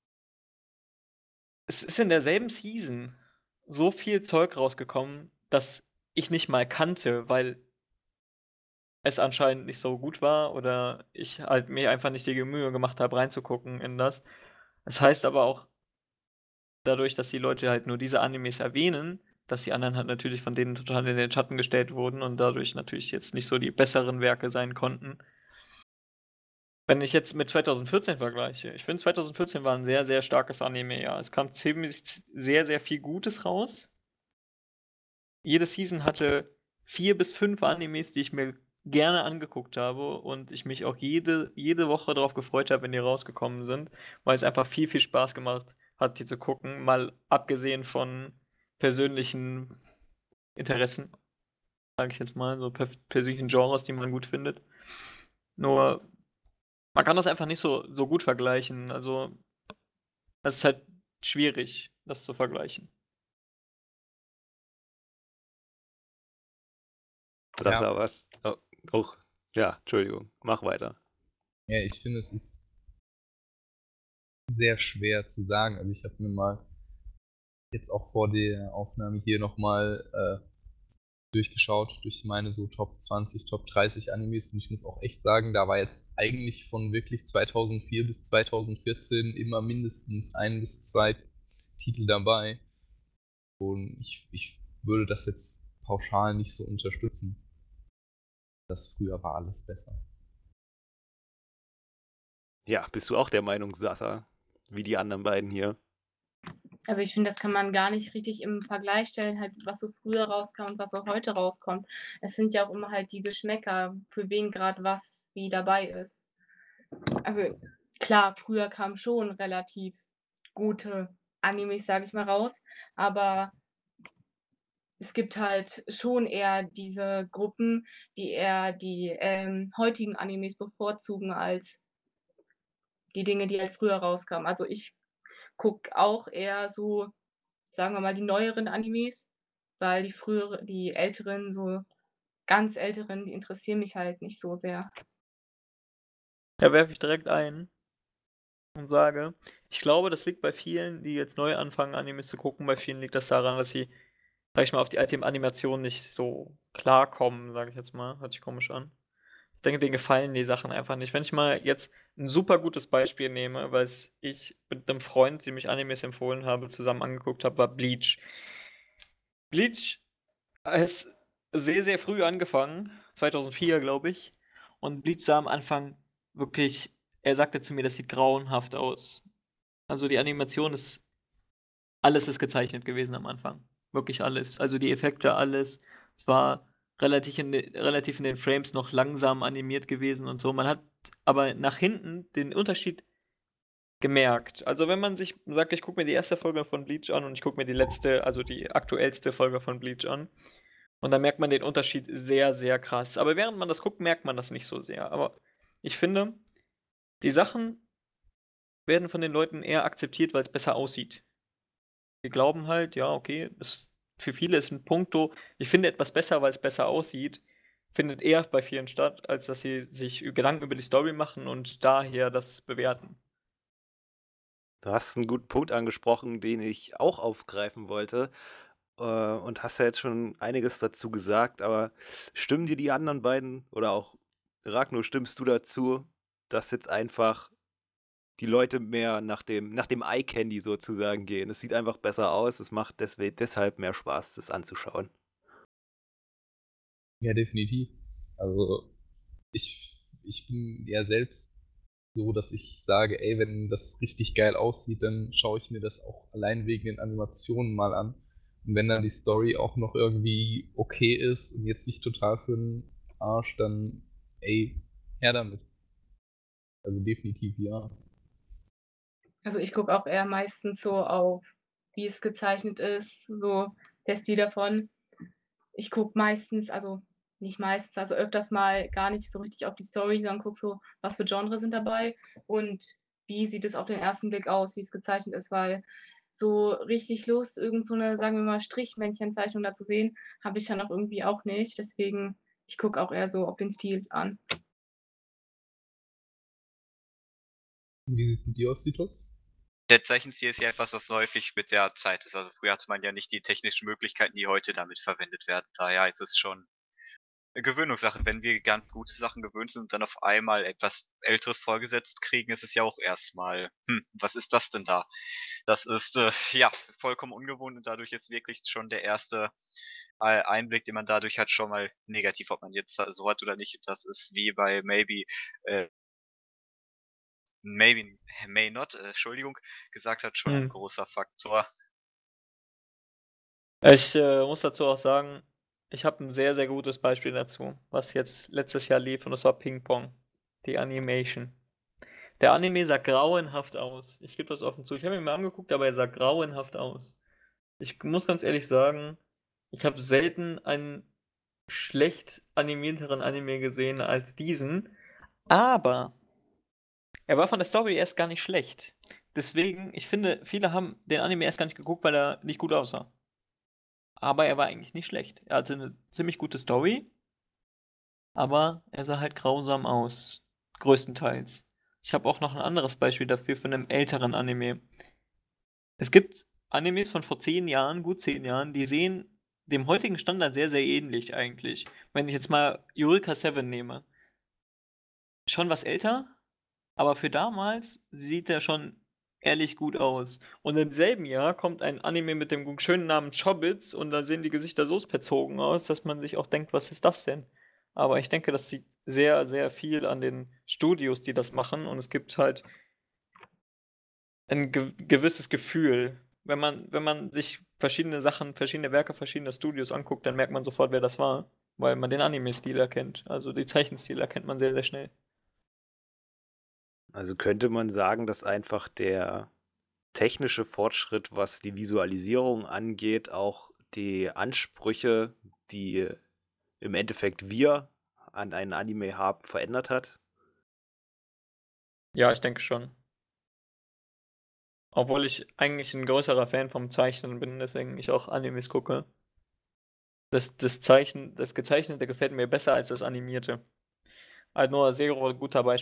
es ist in derselben Season so viel Zeug rausgekommen, das ich nicht mal kannte, weil es anscheinend nicht so gut war oder ich halt mir einfach nicht die Mühe gemacht habe, reinzugucken in das. Das heißt aber auch dadurch, dass die Leute halt nur diese Animes erwähnen, dass die anderen halt natürlich von denen total in den Schatten gestellt wurden und dadurch natürlich jetzt nicht so die besseren Werke sein konnten. Wenn ich jetzt mit 2014 vergleiche, ich finde 2014 war ein sehr, sehr starkes Anime-Jahr. Es kam ziemlich sehr, sehr viel Gutes raus. Jede Season hatte 4 bis 5 Animes, die ich mir gerne angeguckt habe und ich mich auch jede Woche darauf gefreut habe, wenn die rausgekommen sind, weil es einfach viel, viel Spaß gemacht hat, die zu gucken, mal abgesehen von persönlichen Interessen, sage ich jetzt mal, so persönlichen Genres, die man gut findet. Nur, man kann das einfach nicht so gut vergleichen. Also, es ist halt schwierig, das zu vergleichen. Sagst Ja. du was? Oh, ja, Entschuldigung, mach weiter. Ja, ich finde, es ist sehr schwer zu sagen. Also ich habe mir mal jetzt auch vor der Aufnahme hier nochmal durchgeschaut durch meine so Top 20, Top 30 Animes und ich muss auch echt sagen, da war jetzt eigentlich von wirklich 2004 bis 2014 immer mindestens 1 bis 2 Titel dabei und ich würde das jetzt pauschal nicht so unterstützen. Das früher war alles besser. Ja, bist du auch der Meinung, Sasa, wie die anderen beiden hier? Also ich finde, das kann man gar nicht richtig im Vergleich stellen, halt, was so früher rauskam und was so heute rauskommt. Es sind ja auch immer halt die Geschmäcker, für wen gerade was wie dabei ist. Also klar, früher kamen schon relativ gute Animes, sage ich mal, raus, aber es gibt halt schon eher diese Gruppen, die eher die heutigen Animes bevorzugen als die Dinge, die halt früher rauskamen. Also ich gucke auch eher so, sagen wir mal, die neueren Animes, weil die älteren, so ganz älteren, die interessieren mich halt nicht so sehr. Da werfe ich direkt ein und sage, ich glaube, das liegt bei vielen, die jetzt neu anfangen, Animes zu gucken, bei vielen liegt das daran, dass sie, sag ich mal, auf die alte Animation nicht so klarkommen, sage ich jetzt mal. Hört sich komisch an. Ich denke, denen gefallen die Sachen einfach nicht. Wenn ich mal jetzt ein super gutes Beispiel nehme, weil ich mit einem Freund, dem ich Animes empfohlen habe, zusammen angeguckt habe, war Bleach. Bleach ist sehr, sehr früh angefangen, 2004, glaube ich. Und Bleach sah am Anfang wirklich, er sagte zu mir, das sieht grauenhaft aus. Also die Animation ist, alles ist gezeichnet gewesen am Anfang. Wirklich alles. Also die Effekte, alles. Es war relativ in den Frames noch langsam animiert gewesen und so. Man hat aber nach hinten den Unterschied gemerkt. Also wenn man sich sagt, ich gucke mir die erste Folge von Bleach an und ich gucke mir die letzte, also die aktuellste Folge von Bleach an. Und dann merkt man den Unterschied sehr, sehr krass. Aber während man das guckt, merkt man das nicht so sehr. Aber ich finde, die Sachen werden von den Leuten eher akzeptiert, weil es besser aussieht. Wir glauben halt, ja, okay, für viele ist ein Punkto, ich finde etwas besser, weil es besser aussieht, findet eher bei vielen statt, als dass sie sich Gedanken über die Story machen und daher das bewerten. Du hast einen guten Punkt angesprochen, den ich auch aufgreifen wollte. Und hast ja jetzt schon einiges dazu gesagt, aber stimmen dir die anderen beiden oder auch Ragnar, stimmst du dazu, dass jetzt einfach die Leute mehr nach dem Eye Candy sozusagen gehen? Es sieht einfach besser aus, es macht deshalb mehr Spaß, das anzuschauen. Ja, definitiv. Also ich bin ja selbst so, dass ich sage, ey, wenn das richtig geil aussieht, dann schaue ich mir das auch allein wegen den Animationen mal an. Und wenn dann die Story auch noch irgendwie okay ist und jetzt nicht total für den Arsch, dann ey, her damit. Also definitiv ja. Also ich gucke auch eher meistens so auf, wie es gezeichnet ist, so der Stil davon. Ich gucke meistens, also nicht meistens, also öfters mal gar nicht so richtig auf die Story, sondern gucke so, was für Genre sind dabei und wie sieht es auf den ersten Blick aus, wie es gezeichnet ist, weil so richtig Lust, irgend so eine, sagen wir mal, Strichmännchenzeichnung da zu sehen, habe ich dann auch irgendwie auch nicht. Deswegen, ich gucke auch eher so auf den Stil an. Und wie sieht's mit dir aus, Titus? Der Zeichenstil ist ja etwas, was häufig mit der Zeit ist. Also früher hatte man ja nicht die technischen Möglichkeiten, die heute damit verwendet werden. Daher ist es schon eine Gewöhnungssache. Wenn wir ganz gute Sachen gewöhnt sind und dann auf einmal etwas Älteres vorgesetzt kriegen, ist es ja auch erstmal, was ist das denn da? Das ist, ja, vollkommen ungewohnt und dadurch ist wirklich schon der erste Einblick, den man dadurch hat, schon mal negativ, ob man jetzt so hat oder nicht. Das ist wie bei Maybe May Not, Entschuldigung, gesagt hat, schon ein großer Faktor. Ich muss dazu auch sagen, ich habe ein sehr, sehr gutes Beispiel dazu, was jetzt letztes Jahr lief, und das war Ping Pong, die Animation. Der Anime sah grauenhaft aus. Ich gebe das offen zu. Ich habe ihn mir angeguckt, aber er sah grauenhaft aus. Ich muss ganz ehrlich sagen, ich habe selten einen schlecht animierteren Anime gesehen als diesen, aber er war von der Story erst gar nicht schlecht. Deswegen, ich finde, viele haben den Anime erst gar nicht geguckt, weil er nicht gut aussah. Aber er war eigentlich nicht schlecht. Er hatte eine ziemlich gute Story, aber er sah halt grausam aus. Größtenteils. Ich habe auch noch ein anderes Beispiel dafür von einem älteren Anime. Es gibt Animes von vor 10 Jahren, gut 10 Jahren, die sehen dem heutigen Standard sehr, sehr ähnlich eigentlich. Wenn ich jetzt mal Eureka 7 nehme. Schon was älter, aber für damals sieht er schon ehrlich gut aus. Und im selben Jahr kommt ein Anime mit dem schönen Namen Chobits und da sehen die Gesichter so verzogen aus, dass man sich auch denkt, was ist das denn? Aber ich denke, das liegt sehr, sehr viel an den Studios, die das machen, und es gibt halt ein gewisses Gefühl. Wenn man sich verschiedene Sachen, verschiedene Werke verschiedener Studios anguckt, dann merkt man sofort, wer das war, weil man den Anime-Stil erkennt. Also die Zeichenstil erkennt man sehr, sehr schnell. Also könnte man sagen, dass einfach der technische Fortschritt, was die Visualisierung angeht, auch die Ansprüche, die im Endeffekt wir an einen Anime haben, verändert hat? Ja, ich denke schon. Obwohl ich eigentlich ein größerer Fan vom Zeichnen bin, deswegen ich auch Animes gucke. Das Gezeichnete gefällt mir besser als das Animierte. Noah Zero,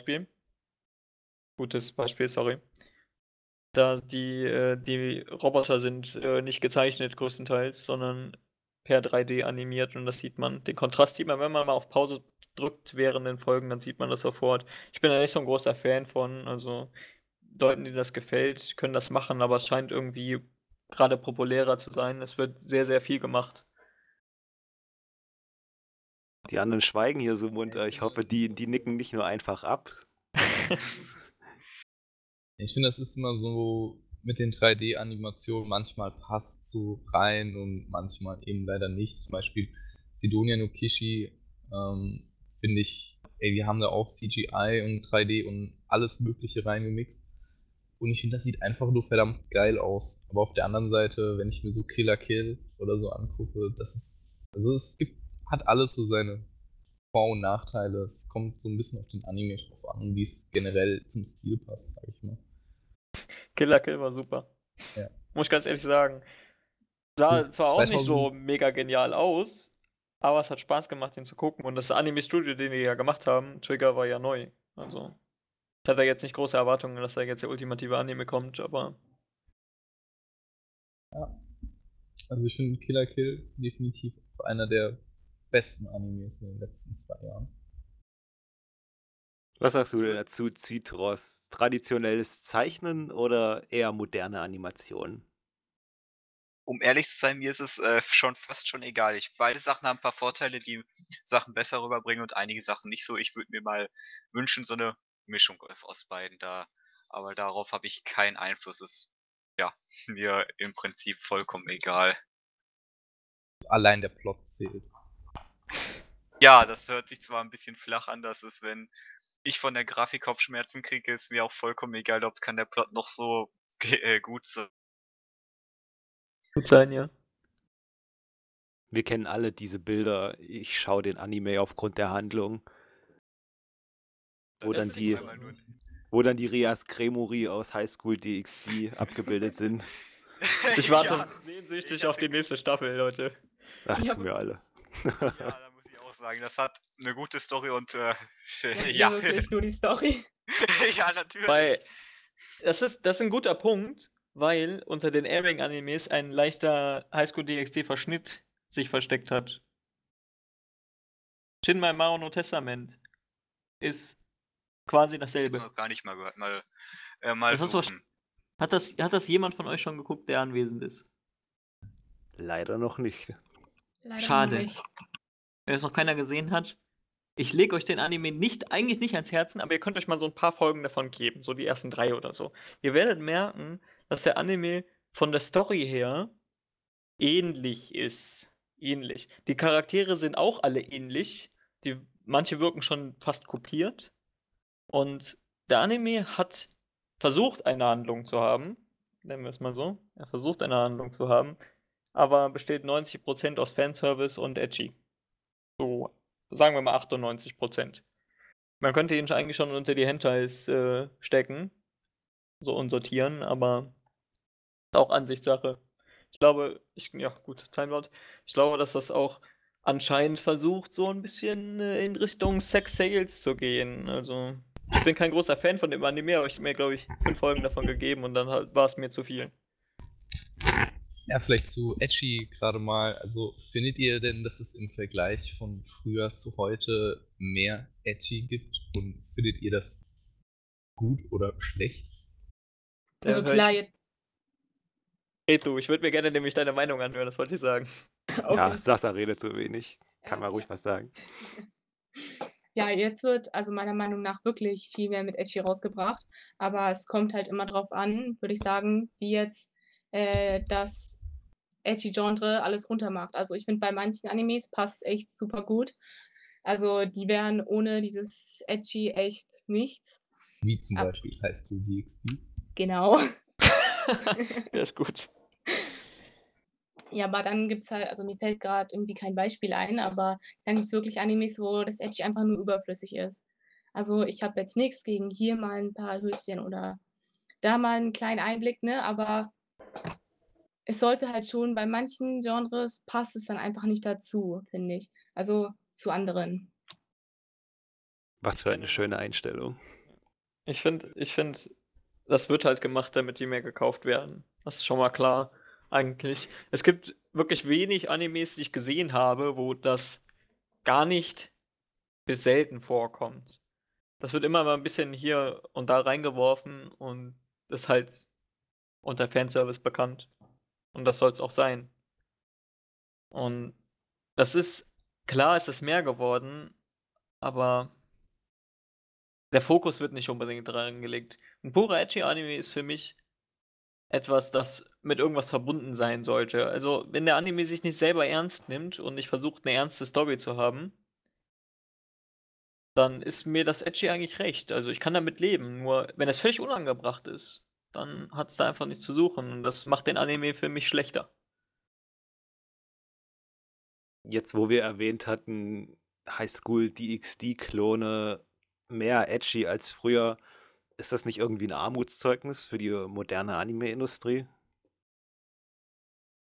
gutes Beispiel, sorry. Da die Roboter sind nicht gezeichnet größtenteils, sondern per 3D animiert, und das sieht man. Den Kontrast sieht man, wenn man mal auf Pause drückt während den Folgen, dann sieht man das sofort. Ich bin da nicht so ein großer Fan von, also Leuten, denen das gefällt, können das machen, aber es scheint irgendwie gerade populärer zu sein. Es wird sehr, sehr viel gemacht. Die anderen schweigen hier so munter. Ich hoffe, die nicken nicht nur einfach ab. Ich finde, das ist immer so mit den 3D-Animationen, manchmal passt so rein und manchmal eben leider nicht. Zum Beispiel Sidonia no Kishi, finde ich, ey, wir haben da auch CGI und 3D und alles Mögliche reingemixt. Und ich finde, das sieht einfach nur verdammt geil aus. Aber auf der anderen Seite, wenn ich mir so Killer Kill oder so angucke, das ist, also hat alles so seine Vor- und Nachteile. Es kommt so ein bisschen auf den Anime drauf an, wie es generell zum Stil passt, sag ich mal. Killer Kill war super. Ja. Muss ich ganz ehrlich sagen. Sah zwar auch nicht so 2000 mega genial aus, aber es hat Spaß gemacht, ihn zu gucken. Und das Anime-Studio, den die ja gemacht haben, Trigger, war ja neu. Also, ich hatte jetzt nicht große Erwartungen, dass da jetzt der ultimative Anime kommt, aber Ja. Also ich finde Killer Kill definitiv einer der besten Animes in den letzten 2 Jahren. Was sagst du denn dazu, Zitros? Traditionelles Zeichnen oder eher moderne Animationen? Um ehrlich zu sein, mir ist es schon fast schon egal. Beide Sachen haben ein paar Vorteile, die Sachen besser rüberbringen und einige Sachen nicht so. Ich würde mir mal wünschen, so eine Mischung aus beiden da. Aber darauf habe ich keinen Einfluss. Ist ja mir im Prinzip vollkommen egal. Allein der Plot zählt. Ja, das hört sich zwar ein bisschen flach an, dass es, wenn ich von der Grafik Kopfschmerzen kriege, ist mir auch vollkommen egal, ob kann der Plot noch so gut sein. gut sein, ja. Wir kennen alle diese Bilder. Ich schaue den Anime aufgrund der Handlung, wo dann ist nicht die, einmal nur wo dann die Rias Kremori aus High School DxD abgebildet sind. Ich warte Ja, sehnsüchtig ich auf hatte- die nächste Staffel, Leute. Ach, Ja. tun wir alle. Ja, da muss ich auch sagen, das hat eine gute Story und Und ja. wirklich nur die Story. Ja, natürlich. Weil das ist ein guter Punkt, weil unter den Airing-Animes ein leichter Highschool DxD-Verschnitt sich versteckt hat. Shinmai Mao no Testament ist quasi Ich dasselbe. jetzt noch gar nicht mal gehört. Mal Das hast du suchen. Hat das jemand von euch schon geguckt, der anwesend ist? Leider noch nicht. Leider Schade. noch nicht. Wenn es noch keiner gesehen hat, ich lege euch den Anime eigentlich nicht ans Herzen, aber ihr könnt euch mal so ein paar Folgen davon geben, so die ersten 3 oder so. Ihr werdet merken, dass der Anime von der Story her ähnlich ist. Ähnlich. Die Charaktere sind auch alle ähnlich. Manche wirken schon fast kopiert. Und der Anime hat versucht, eine Handlung zu haben. Nennen wir es mal so. Er versucht, eine Handlung zu haben, aber besteht 90% aus Fanservice und Edgy. So, sagen wir mal 98%. Man könnte ihn eigentlich schon unter die Hentais stecken, so und sortieren, aber ist auch Ansichtssache. Ich glaube, ja gut, Timeout. Ich glaube, dass das auch anscheinend versucht, so ein bisschen in Richtung Sex Sales zu gehen. Also, ich bin kein großer Fan von dem Anime, aber ich habe mir, glaube ich, 5 Folgen davon gegeben und dann war es mir zu viel. Ja, vielleicht zu Edgy gerade mal. Also findet ihr denn, dass es im Vergleich von früher zu heute mehr Edgy gibt? Und findet ihr das gut oder schlecht? Also hör klar, ich, jetzt. red du, ich würde mir gerne nämlich deine Meinung anhören, das wollte ich sagen. Ja, Okay. Sasa redet zu wenig. Kann mal ruhig Ja. was sagen. Ja, jetzt wird also meiner Meinung nach wirklich viel mehr mit Edgy rausgebracht. Aber es kommt halt immer drauf an, würde ich sagen, wie jetzt das Edgy-Genre alles runtermacht. Also ich finde, bei manchen Animes passt es echt super gut. Also die wären ohne dieses Edgy echt nichts. Wie zum Ab- Beispiel High School DxD? Genau. Der ist gut. Ja, aber dann gibt es halt, also mir fällt gerade irgendwie kein Beispiel ein, aber dann gibt es wirklich Animes, wo das Edgy einfach nur überflüssig ist. Also ich habe jetzt nichts gegen hier mal ein paar Höschen oder da mal einen kleinen Einblick, ne? Aber es sollte halt schon, bei manchen Genres passt es dann einfach nicht dazu, finde ich. Also zu anderen. Was für eine schöne Einstellung. Ich finde, das wird halt gemacht, damit die mehr gekauft werden. Das ist schon mal klar, eigentlich. Es gibt wirklich wenig Animes, die ich gesehen habe, wo das gar nicht bis selten vorkommt. Das wird immer mal ein bisschen hier und da reingeworfen und ist halt unter Fanservice bekannt. Und das soll es auch sein. Und das ist, klar, es ist mehr geworden, aber der Fokus wird nicht unbedingt dran gelegt. Ein purer Ecchi-Anime ist für mich etwas, das mit irgendwas verbunden sein sollte. Also, wenn der Anime sich nicht selber ernst nimmt und nicht versucht, eine ernste Story zu haben, dann ist mir das Ecchi eigentlich recht. Also, ich kann damit leben. Nur, wenn es völlig unangebracht ist, dann hat es da einfach nichts zu suchen. Und das macht den Anime für mich schlechter. Jetzt, wo wir erwähnt hatten, High School DxD-Klone mehr edgy als früher, ist das nicht irgendwie ein Armutszeugnis für die moderne Anime-Industrie?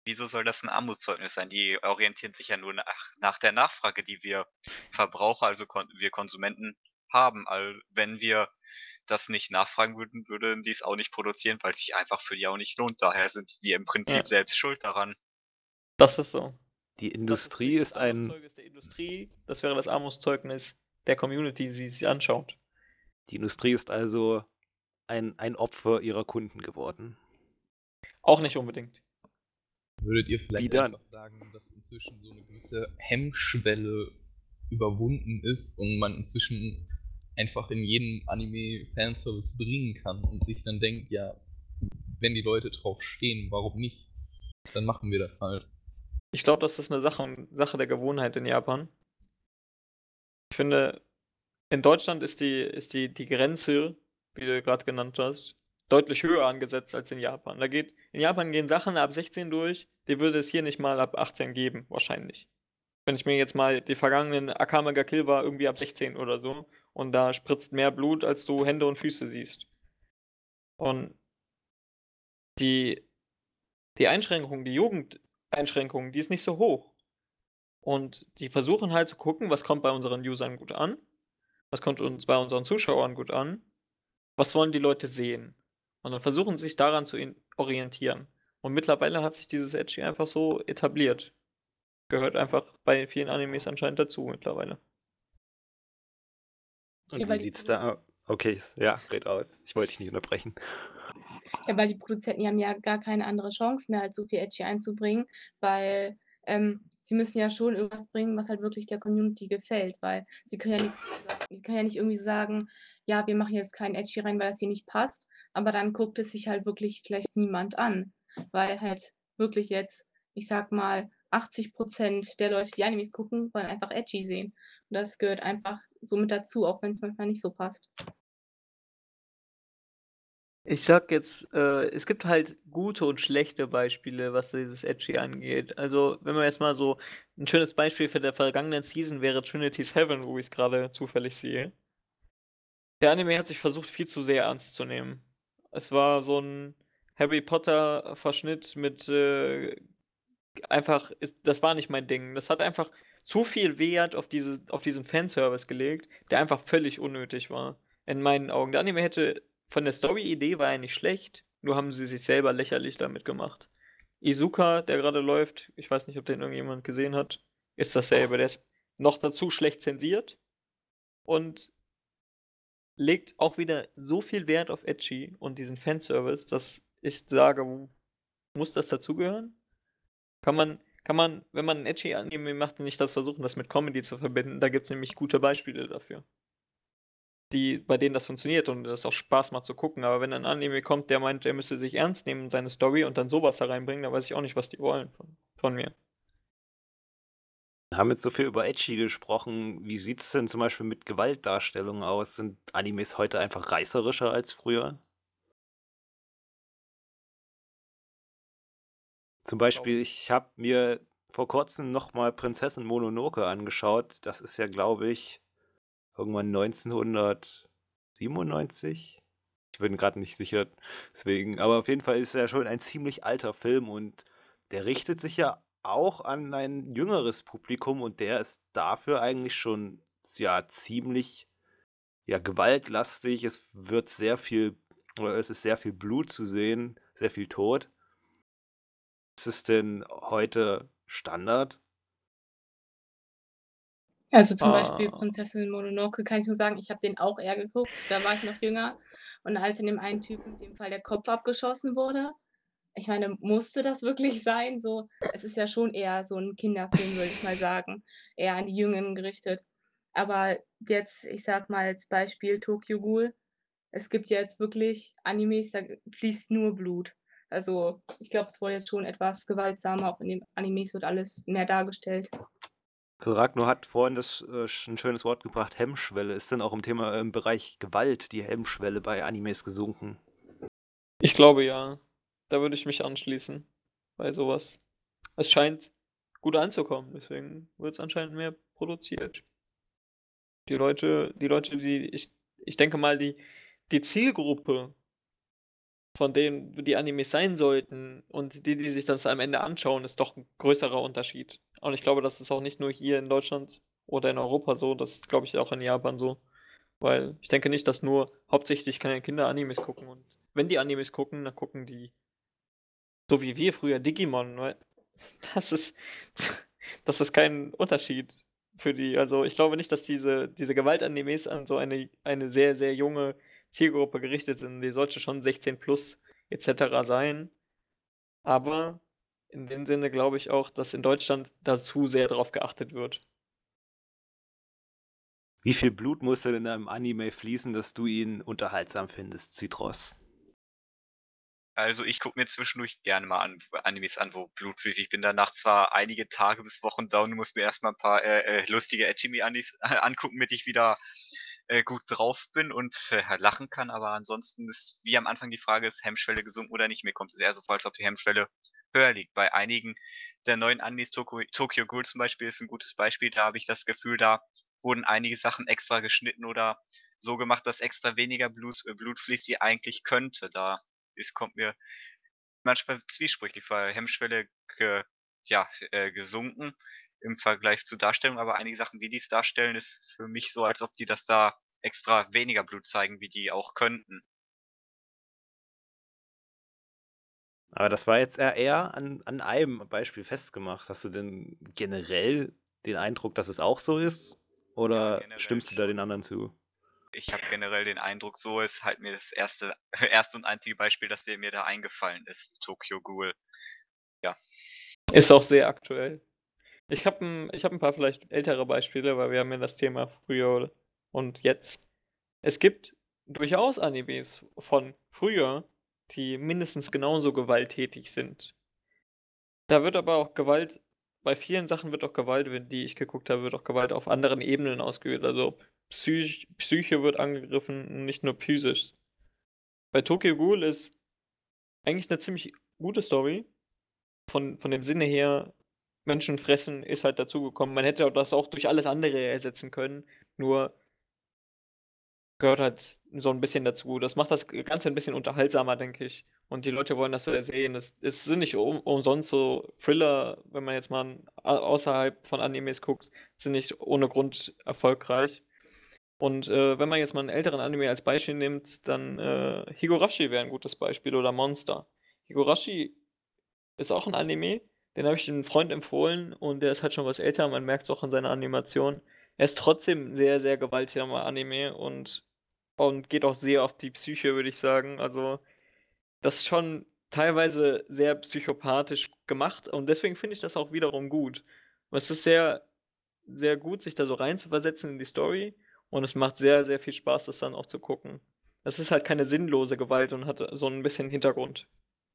Wieso soll das ein Armutszeugnis sein? Die orientieren sich ja nur nach der Nachfrage, die wir Verbraucher, also wir Konsumenten haben. Wenn wir das nicht nachfragen würden, würden die es auch nicht produzieren, weil es sich einfach für die auch nicht lohnt. Daher sind wir im Prinzip Ja. selbst schuld daran. Das ist so. Die Das Industrie nicht ist das ein, Armutszeugnis der Industrie, das wäre das Armutszeugnis der Community, die sie sich anschaut. die Industrie ist also ein Opfer ihrer Kunden geworden. Auch nicht unbedingt. Würdet ihr Wie vielleicht dann? einfach sagen, dass inzwischen so eine gewisse Hemmschwelle überwunden ist und man inzwischen einfach in jedem Anime Fanservice bringen kann und sich dann denkt, ja, wenn die Leute drauf stehen, warum nicht? Dann machen wir das halt. Ich glaube, das ist eine Sache der Gewohnheit in Japan. Ich finde, in Deutschland ist die Grenze, wie du gerade genannt hast, deutlich höher angesetzt als in Japan. In Japan gehen Sachen ab 16 durch, die würde es hier nicht mal ab 18 geben, wahrscheinlich. Wenn ich mir jetzt mal die vergangenen Akame ga Kill war irgendwie ab 16 oder so und da spritzt mehr Blut, als du Hände und Füße siehst. Und die Einschränkung, die Jugendeinschränkung, die ist nicht so hoch. Und die versuchen halt zu gucken, was kommt bei unseren Usern gut an, was kommt uns bei unseren Zuschauern gut an, was wollen die Leute sehen. Und dann versuchen sie sich daran zu orientieren. Und mittlerweile hat sich dieses Edgy einfach so etabliert. Gehört einfach bei vielen Animes anscheinend dazu mittlerweile. Und Ja, wie weil die sieht's da? Okay, ja, red aus. Ich wollte dich nicht unterbrechen. Ja, weil die Produzenten die haben ja gar keine andere Chance mehr, halt so viel Edgy einzubringen, weil sie müssen ja schon irgendwas bringen, was halt wirklich der Community gefällt, weil sie können ja nicht irgendwie sagen, ja, wir machen jetzt kein Edgy rein, weil das hier nicht passt, aber dann guckt es sich halt wirklich vielleicht niemand an, weil halt wirklich jetzt, ich sag mal, 80% der Leute, die Animes gucken, wollen einfach Edgy sehen. Und das gehört einfach so mit dazu, auch wenn es manchmal nicht so passt. Ich sag jetzt, es gibt halt gute und schlechte Beispiele, was dieses Edgy angeht. Also, wenn man jetzt mal so ein schönes Beispiel für der vergangenen Season wäre Trinity's Heaven, wo ich es gerade zufällig sehe. Der Anime hat sich versucht, viel zu sehr ernst zu nehmen. Es war so ein Harry Potter-Verschnitt mit das war nicht mein Ding. Das hat einfach zu viel Wert auf diesen Fanservice gelegt, der einfach völlig unnötig war. In meinen Augen. Der Anime von der Story-Idee war er nicht schlecht, nur haben sie sich selber lächerlich damit gemacht. Izuka, der gerade läuft, ich weiß nicht, ob den irgendjemand gesehen hat, ist dasselbe. Der ist noch dazu schlecht zensiert und legt auch wieder so viel Wert auf Edgy und diesen Fanservice, dass ich sage, muss das dazugehören? Kann man, wenn man ein edgy Anime macht, nicht das versuchen, das mit Comedy zu verbinden? Da gibt es nämlich gute Beispiele dafür. Bei denen das funktioniert und das auch Spaß macht zu gucken. Aber wenn ein Anime kommt, der meint, er müsste sich ernst nehmen in seine Story und dann sowas da reinbringen, dann weiß ich auch nicht, was die wollen von mir. Wir haben jetzt so viel über Edgy gesprochen. Wie sieht's denn zum Beispiel mit Gewaltdarstellungen aus? Sind Animes heute einfach reißerischer als früher? Zum Beispiel, ich habe mir vor kurzem nochmal Prinzessin Mononoke angeschaut. Das ist ja, glaube ich, irgendwann 1997. Ich bin gerade nicht sicher, deswegen. Aber auf jeden Fall ist er ja schon ein ziemlich alter Film und der richtet sich ja auch an ein jüngeres Publikum und der ist dafür eigentlich schon ja ziemlich ja gewaltlastig. Es ist sehr viel Blut zu sehen, sehr viel Tod. Ist es denn heute Standard? Also zum Beispiel Prinzessin Mononoke kann ich nur sagen, ich habe den auch eher geguckt, da war ich noch jünger. Und als in dem einen Typen, in dem Fall der Kopf abgeschossen wurde, ich meine, musste das wirklich sein? So, es ist ja schon eher so ein Kinderfilm, würde ich mal sagen, eher an die Jüngeren gerichtet. Aber jetzt, ich sag mal als Beispiel Tokyo Ghoul, es gibt ja jetzt wirklich Animes, da fließt nur Blut. Also ich glaube, es wurde jetzt schon etwas gewaltsamer, auch in den Animes wird alles mehr dargestellt. Also Ragnar hat vorhin ein schönes Wort gebracht, Hemmschwelle. Ist denn auch im Bereich Gewalt die Hemmschwelle bei Animes gesunken? Ich glaube ja. Da würde ich mich anschließen bei sowas. Es scheint gut anzukommen, deswegen wird es anscheinend mehr produziert. Ich denke mal, die Zielgruppe von denen die Animes sein sollten und die sich das am Ende anschauen, ist doch 'n größerer Unterschied. Und ich glaube, das ist auch nicht nur hier in Deutschland oder in Europa so, das ist, glaube ich, auch in Japan so. Weil ich denke nicht, dass nur hauptsächlich kleine Kinder Animes gucken und wenn die Animes gucken, dann gucken die so wie wir früher Digimon, weil das ist das ist kein Unterschied für die. Also, ich glaube nicht, dass diese Gewaltanimes an so eine sehr, sehr junge Zielgruppe gerichtet sind. Die sollte schon 16 plus et cetera sein. Aber in dem Sinne glaube ich auch, dass in Deutschland da zu sehr drauf geachtet wird. Wie viel Blut muss denn in einem Anime fließen, dass du ihn unterhaltsam findest, Zitros? Also, ich gucke mir zwischendurch gerne mal Animes an, wo Blut fließt. Ich bin danach zwar einige Tage bis Wochen down und muss mir erst mal 'n paar, lustige Ecchi-Anis angucken, damit ich wieder, gut drauf bin und, lachen kann, aber ansonsten ist wie am Anfang die Frage: Ist Hemmschwelle gesunken oder nicht? Mir kommt es eher so vor, als ob die Hemmschwelle höher liegt. Bei einigen der neuen Animes, Tokyo Ghoul zum Beispiel ist 'n gutes Beispiel, da habe ich das Gefühl, da wurden einige Sachen extra geschnitten oder so gemacht, dass extra weniger Blut fließt, wie eigentlich könnte. Da kommt mir manchmal zwiesprüchlich vor, Hemmschwelle gesunken im Vergleich zur Darstellung, aber einige Sachen, wie die's darstellen, ist für mich so, als ob die das da extra weniger Blut zeigen, wie die auch könnten. Aber das war jetzt eher an einem Beispiel festgemacht. Hast du denn generell den Eindruck, dass es auch so ist? Ja, Oder generell stimmst du da schon. den anderen zu? Ich habe generell den Eindruck, so ist halt mir das erste erste und einzige Beispiel, das mir da eingefallen ist, Tokyo Ghoul. Ja. Ist auch sehr aktuell. Ich habe 'n paar vielleicht ältere Beispiele, weil wir haben ja das Thema früher und jetzt. Es gibt durchaus Animes von früher, die mindestens genauso gewalttätig sind. Da wird aber auch Gewalt bei vielen Sachen wird auch Gewalt, die ich geguckt habe, wird auch Gewalt auf anderen Ebenen ausgeübt. Also, Psyche wird angegriffen, nicht nur physisch. Bei Tokyo Ghoul ist eigentlich 'ne ziemlich gute Story. Von dem Sinne her, Menschen fressen ist halt dazugekommen. Man hätte das auch durch alles andere ersetzen können, nur gehört halt so 'n bisschen dazu. Das macht das Ganze 'n bisschen unterhaltsamer, denke ich. Und die Leute wollen das so sehen. Es sind nicht umsonst so Thriller, wenn man jetzt mal außerhalb von Animes guckt, sind nicht ohne Grund erfolgreich. Und, wenn man jetzt mal 'n älteren Anime als Beispiel nimmt, dann, Higurashi wäre 'n gutes Beispiel oder Monster. Higurashi ist auch 'n Anime, den habe ich 'nem Freund empfohlen und der ist halt schon was älter, man merkt's auch an seiner Animation. Er ist trotzdem sehr, sehr gewaltsamer Anime und geht auch sehr auf die Psyche, würde ich sagen. Also, das ist schon teilweise sehr psychopathisch gemacht und deswegen finde ich das auch wiederum gut. Und es ist sehr, sehr gut, sich da so reinzuversetzen in die Story und es macht sehr, sehr viel Spaß, das dann auch zu gucken. Es ist halt keine sinnlose Gewalt und hat so 'n bisschen Hintergrund.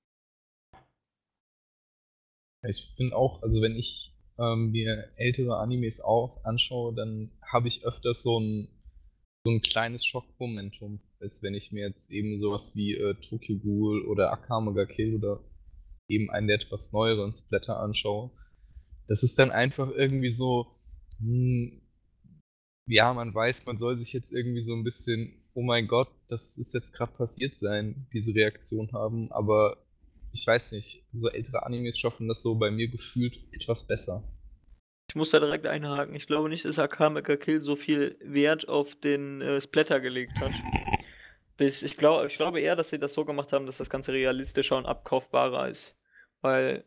Ich finde auch, also wenn ich mir ältere Animes auch anschaue, dann habe ich öfters so ein kleines Schockmomentum, als wenn ich mir jetzt eben sowas wie Tokyo Ghoul oder Akame ga Kill oder eben einen der etwas neueren Splatter anschaue. Das ist dann einfach irgendwie so, hm, ja, man weiß, man soll sich jetzt irgendwie so ein bisschen, oh mein Gott, das ist jetzt gerade passiert sein, diese Reaktion haben, aber ich weiß nicht, so ältere Animes schaffen das so bei mir gefühlt etwas besser. Ich muss da direkt einhaken. Ich glaube nicht, dass Akame ga Kill so viel Wert auf den, Splatter gelegt hat. Ich glaube eher, dass sie das so gemacht haben, dass das Ganze realistischer und abkaufbarer ist. Weil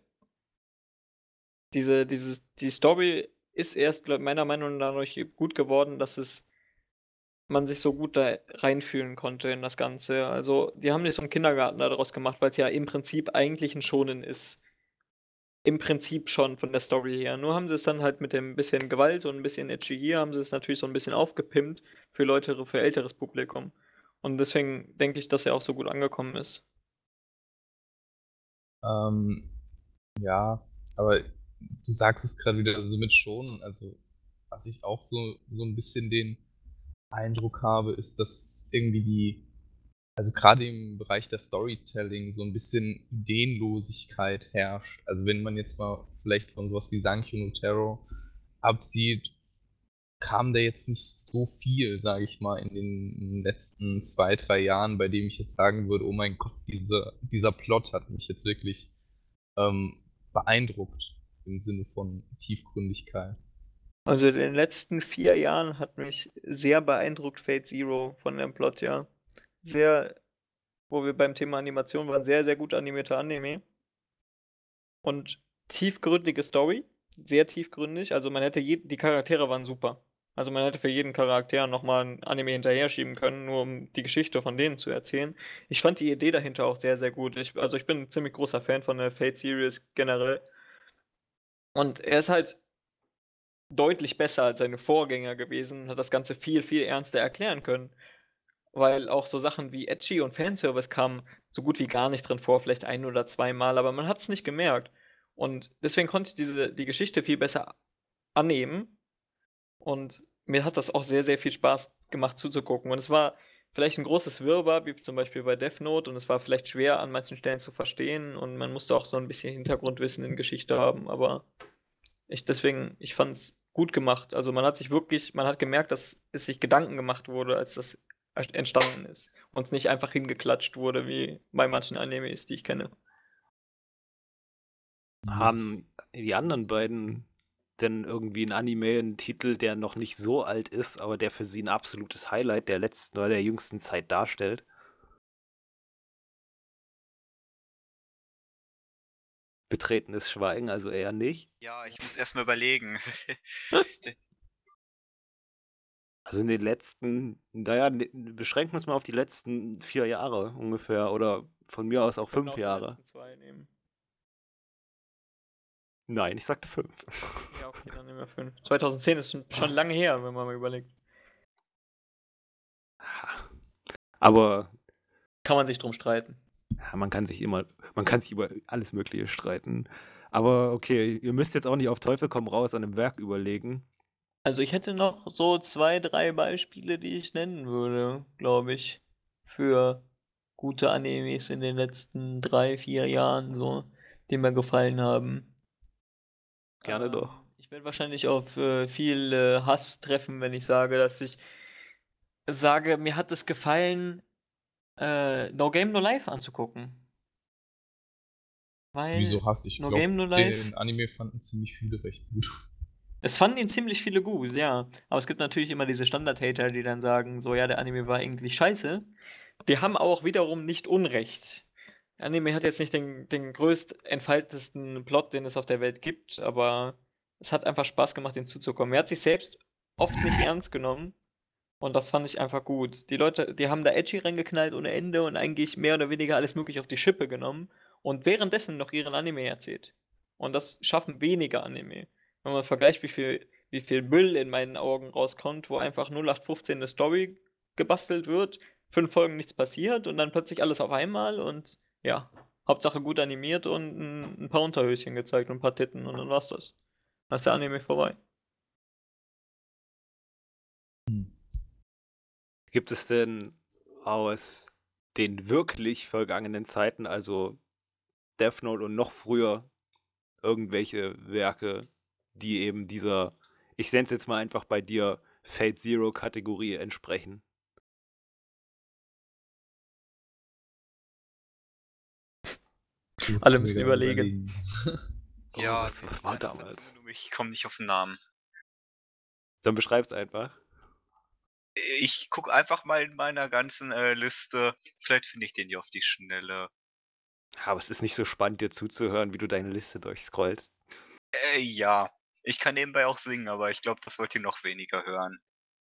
die Story ist erst, meiner Meinung nach dadurch gut geworden, dass man sich so gut da reinfühlen konnte in das Ganze. Also, die haben nicht so 'n Kindergarten da draus gemacht, weil's ja im Prinzip eigentlich 'n Shōnen ist. Im Prinzip schon von der Story her. Nur haben sie es dann halt mit dem bisschen Gewalt und 'n bisschen Edgy hier haben sie es natürlich so 'n bisschen aufgepimpt für älteres Publikum. Und deswegen denke ich, dass er auch so gut angekommen ist. Ähm, ja, aber du sagst es gerade wieder so mit schon, also was ich auch so ein bisschen den Eindruck habe, ist, dass irgendwie also gerade im Bereich der Storytelling so ein bisschen Ideenlosigkeit herrscht. Also wenn man jetzt mal vielleicht von sowas wie Sankyo no Taro absieht, kam da jetzt nicht so viel, sage ich mal, in den letzten 2, 3 Jahren, bei dem ich jetzt sagen würde, oh mein Gott, dieser Plot hat mich jetzt wirklich beeindruckt im Sinne von Tiefgründigkeit. Also in den letzten 4 Jahren hat mich sehr beeindruckt Fate Zero von dem Plot, ja. Sehr, wo wir beim Thema Animation waren, sehr, sehr gut animierter Anime. Und tiefgründige Story, sehr tiefgründig. Also man hätte die Charaktere waren super. Also man hätte für jeden Charakter nochmal ein Anime hinterher schieben können, nur um die Geschichte von denen zu erzählen. Ich fand die Idee dahinter auch sehr, sehr gut. Ich bin ein ziemlich großer Fan von der Fate Series generell. Und er ist halt deutlich besser als seine Vorgänger gewesen und hat das Ganze viel, viel ernster erklären können. Weil auch so Sachen wie Ecchi und Fanservice kamen so gut wie gar nicht drin vor, vielleicht 1 oder 2 Mal, aber man hat es nicht gemerkt. Und deswegen konnte ich die Geschichte viel besser annehmen. Und mir hat das auch sehr, sehr viel Spaß gemacht zuzugucken. Und es war vielleicht ein großes Wirrwarr, wie zum Beispiel bei Death Note, und es war vielleicht schwer an manchen Stellen zu verstehen und man musste auch so ein bisschen Hintergrundwissen in Geschichte haben, aber ich fand es gut gemacht. Also man hat gemerkt, dass es sich Gedanken gemacht wurde, als das entstanden ist. Und es nicht einfach hingeklatscht wurde, wie bei manchen Animes, die ich kenne. Haben die anderen beiden denn irgendwie einen Anime, einen Titel, der noch nicht so alt ist, aber der für sie ein absolutes Highlight der letzten oder der jüngsten Zeit darstellt? Betretenes Schweigen, also eher nicht. Ja, ich muss erstmal überlegen. Also in den letzten, naja, beschränken wir es mal auf die letzten 4 Jahre ungefähr oder von mir aus auch Können 5 auch die Jahre. letzten 2 nehmen. Nein, ich sagte 5. Ja, okay, dann nehmen wir 5. 2010 ist schon lange her, wenn man mal überlegt. Aber Kann man sich drum streiten. ja, man kann sich über alles Mögliche streiten. Aber okay, ihr müsst jetzt auch nicht auf Teufel komm raus an einem Werk überlegen. Also ich hätte noch so 2, 3 Beispiele, die ich nennen würde, glaube ich, für gute Animes in den letzten 3, 4 Jahren, so, die mir gefallen haben. Gerne doch. Ich werde wahrscheinlich auf viel Hass treffen, wenn ich sage, mir hat es gefallen, No Game No Life anzugucken. Weil Wieso hast ich No glaube, Game No Life, den Anime fanden ziemlich viele recht gut. es fanden ihn ziemlich viele gut, ja. Aber es gibt natürlich immer diese Standard-Hater, die dann sagen, so, ja, der Anime war eigentlich scheiße. Die haben auch wiederum nicht Unrecht. Der Anime hat jetzt nicht den größt entfaltesten Plot, den es auf der Welt gibt, aber es hat einfach Spaß gemacht, ihn zuzukommen. Er hat sich selbst oft nicht ernst genommen und das fand ich einfach gut. Die Leute, die haben da Edgy reingeknallt ohne Ende und eigentlich mehr oder weniger alles mögliche auf die Schippe genommen und währenddessen noch ihren Anime erzählt. Und das schaffen wenige Anime. Wenn man vergleicht, wie viel Müll in meinen Augen rauskommt, wo einfach 0815 eine Story gebastelt wird, 5 Folgen nichts passiert und dann plötzlich alles auf einmal und ja, Hauptsache gut animiert und ein paar Unterhöschen gezeigt und ein paar Titten und dann war's das. Dann ist der Anime vorbei. Gibt es denn aus den wirklich vergangenen Zeiten, also Death Note und noch früher, irgendwelche Werke, die eben dieser, ich nenne es jetzt mal einfach bei dir, Fate Zero Kategorie entsprechen? Alle müssen überlegen. Ja, was war damals? Ich komme nicht auf den Namen. Dann beschreib's einfach. Ich gucke einfach mal in meiner ganzen Liste. Vielleicht finde ich den hier auf die Schnelle. Aber es ist nicht so spannend, dir zuzuhören, wie du deine Liste durchscrollst. Ja. Ich kann nebenbei auch singen, aber ich glaube, das wollt ihr noch weniger hören.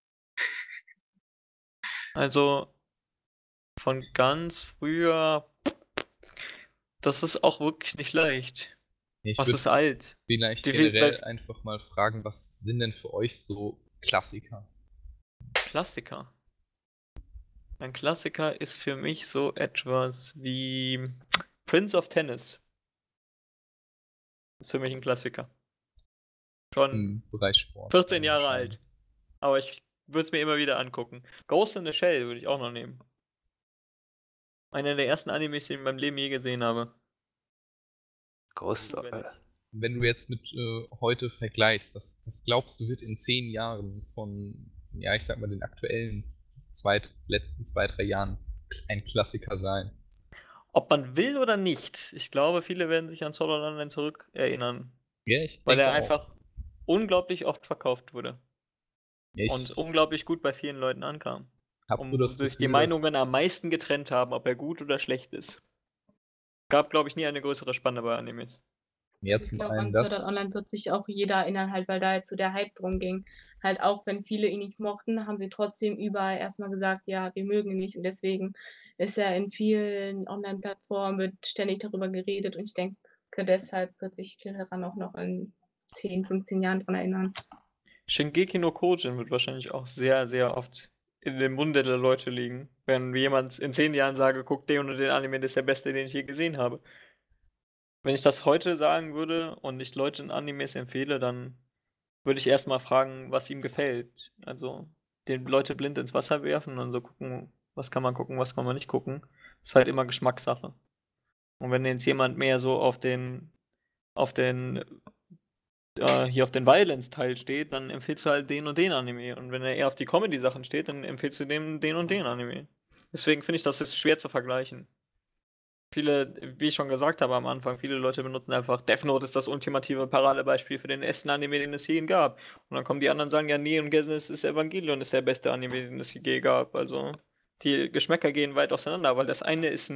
Also von ganz früher, das ist auch wirklich nicht leicht. Ich Was würd ist alt? vielleicht Wie viel- generell bei- einfach mal fragen, was sind denn für euch so Klassiker? Klassiker. Ein Klassiker ist für mich so etwas wie Prince of Tennis. Ist für mich ein Klassiker. Schon Im Bereich Sport. 14 Jahre alt. Aber ich würde es mir immer wieder angucken. Ghost in the Shell würde ich auch noch nehmen. Einer der ersten Animes, die ich in meinem Leben je gesehen habe. Ghost, Gut, wenn nicht. wenn du jetzt mit heute vergleichst, was glaubst du, wird in 10 Jahren von, ja, ich sag mal, den aktuellen letzten 2, 3 Jahren ein Klassiker sein? Ob man will oder nicht, ich glaube, viele werden sich an Sword Art Online zurückerinnern, Ja, ich weil denke er auch. einfach unglaublich oft verkauft wurde Ja, und unglaublich gut bei vielen Leuten ankam. Hast du das Sich die Gefühl, Meinungen am dass meisten getrennt haben, ob er gut oder schlecht ist. Gab, glaube ich, nie eine größere Spanne bei Animes. ja, Also ich zum glaube, einen an Sword Art das, Online wird sich auch jeder erinnern, halt, weil da halt so der Hype drum ging. Halt auch wenn viele ihn nicht mochten, haben sie trotzdem überall erstmal gesagt, ja, wir mögen ihn nicht. Und deswegen ist er in vielen Online-Plattformen, wird ständig darüber geredet. Und ich denke, deshalb wird sich viele daran auch noch in 10, 15 Jahren dran erinnern. Shingeki no Kyojin wird wahrscheinlich auch sehr, sehr oft in dem Munde der Leute liegen. Wenn jemand in 10 Jahren sage, guck den und den Anime, das ist der beste, den ich je gesehen habe. Wenn ich das heute sagen würde und ich Leuten Animes empfehle, dann würde ich erstmal fragen, was ihm gefällt. Also den Leute blind ins Wasser werfen und so gucken, was kann man nicht gucken. Ist halt immer Geschmackssache. Und wenn jetzt jemand mehr so auf den hier auf den Violence-Teil steht, dann empfiehlst du halt den und den Anime. Und wenn er eher auf die Comedy-Sachen steht, dann empfiehlst du dem den und den Anime. Deswegen finde ich, das ist schwer zu vergleichen. Viele, wie ich schon gesagt habe am Anfang, viele Leute benutzen einfach Death Note ist das ultimative Paradebeispiel für den ersten Anime, den es je gab. Und dann kommen die anderen und sagen, ja, Neon Genesis Evangelion ist der beste Anime, den es je gab. Also die Geschmäcker gehen weit auseinander, weil das eine ist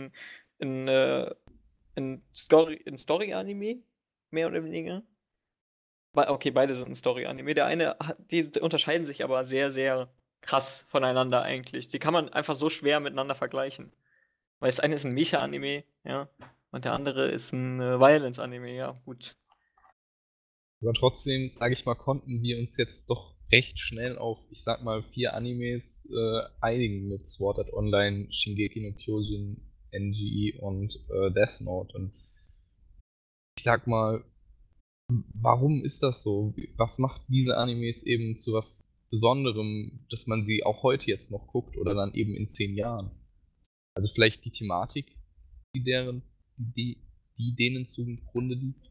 ein Story-Anime, mehr oder weniger. Okay, beide sind ein Story-Anime. Die unterscheiden sich aber sehr, sehr krass voneinander eigentlich. Die kann man einfach so schwer miteinander vergleichen. Weil das eine ist ein Mecha-Anime, ja, und der andere ist ein Violence-Anime, ja, gut. aber trotzdem, sage ich mal, konnten wir uns jetzt doch recht schnell auf, ich sag mal, 4 Animes einigen mit Sword Art Online, Shingeki no Kyojin, NGE und Death Note. Und ich sag mal, warum ist das so? Was macht diese Animes eben zu was Besonderem, dass man sie auch heute jetzt noch guckt oder dann eben in 10 Jahren? Also vielleicht die Thematik, die, die denen zugrunde liegt?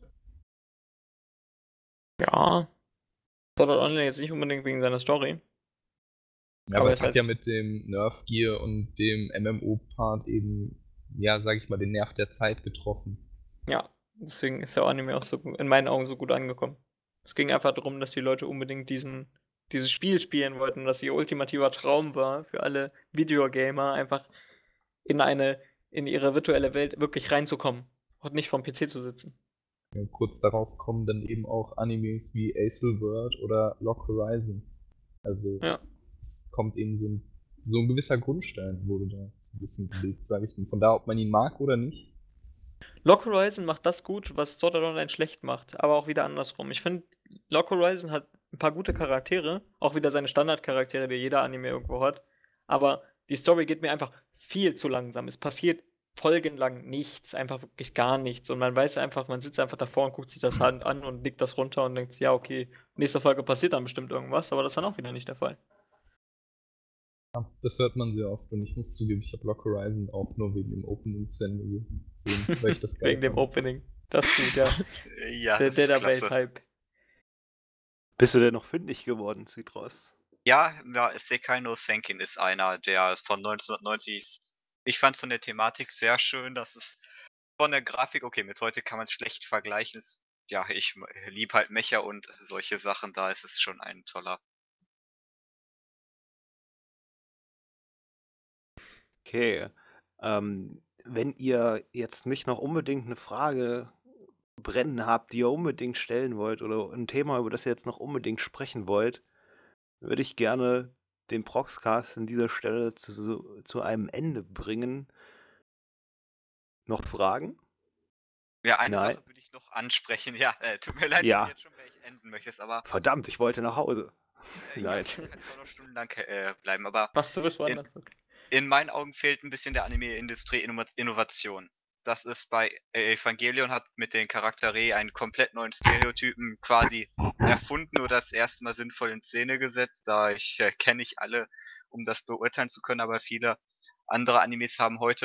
Ja, Sword Art Online jetzt nicht unbedingt wegen seiner Story. Ja, aber Aber es es hat halt, ja mit dem Nerf Gear und dem MMO-Part eben, ja, sag ich mal, den Nerv der Zeit getroffen. ja, deswegen ist der Anime auch so in meinen Augen so gut angekommen. Es ging einfach darum, dass die Leute unbedingt dieses Spiel spielen wollten, dass ihr ultimativer Traum war für alle Videogamer, einfach in in ihre virtuelle Welt wirklich reinzukommen und nicht vom PC zu sitzen. Ja, kurz darauf kommen dann eben auch Animes wie Acel World oder Log Horizon. Also Ja. es kommt eben so ein gewisser Grundstein wurde da so ein bisschen gelegt, sage ich mal. Von da, ob man ihn mag oder nicht. Log Horizon macht das gut, was Sword Art Online schlecht macht, aber auch wieder andersrum. Ich finde, Log Horizon hat ein paar gute Charaktere, auch wieder seine Standardcharaktere, die jeder Anime irgendwo hat, aber die Story geht mir einfach viel zu langsam. Es passiert folgenlang nichts, einfach wirklich gar nichts und man weiß einfach, man sitzt einfach davor und guckt sich das Hand an und legt das runter und denkt sich, ja, okay, nächste Folge passiert dann bestimmt irgendwas, aber das ist dann auch wieder nicht der Fall. Ja, das hört man sehr oft und ich muss zugeben, ich habe Log Horizon auch nur wegen dem Opening zu Ende gesehen, weil ich das geil Wegen dem fand. Opening. Das ist gut, ja. Ja, Der das ist dabei ist klasse. Hype. Bist du denn noch fündig geworden, Citros? Ja, Sekai no Senkin ist einer, der ist von 1990 ist. Ich fand von der Thematik sehr schön, dass es von der Grafik, okay, mit heute kann man es schlecht vergleichen. Ja, ich liebe halt Mecha und solche Sachen, da ist es schon ein toller. Okay. Wenn ihr jetzt nicht noch unbedingt eine Frage brennen habt, die ihr unbedingt stellen wollt oder ein Thema, über das ihr jetzt noch unbedingt sprechen wollt, würde ich gerne den Proxcast an dieser Stelle zu einem Ende bringen. Noch Fragen? Ja, eine Nein. Sache würde ich noch ansprechen. Ja, tut mir leid, wenn Ja. du jetzt schon welche enden möchtest, aber Verdammt, ich wollte nach Hause. ja, Nein. ich kann auch noch stundenlang bleiben, aber Was du bist woanders. Okay. in meinen Augen fehlt ein bisschen der Anime-Industrie Innovation. Das ist bei Evangelion hat mit den Charaktere einen komplett neuen Stereotypen quasi erfunden oder das erste Mal sinnvoll in Szene gesetzt. Da kenne ich alle, um das beurteilen zu können, aber viele andere Animes haben heute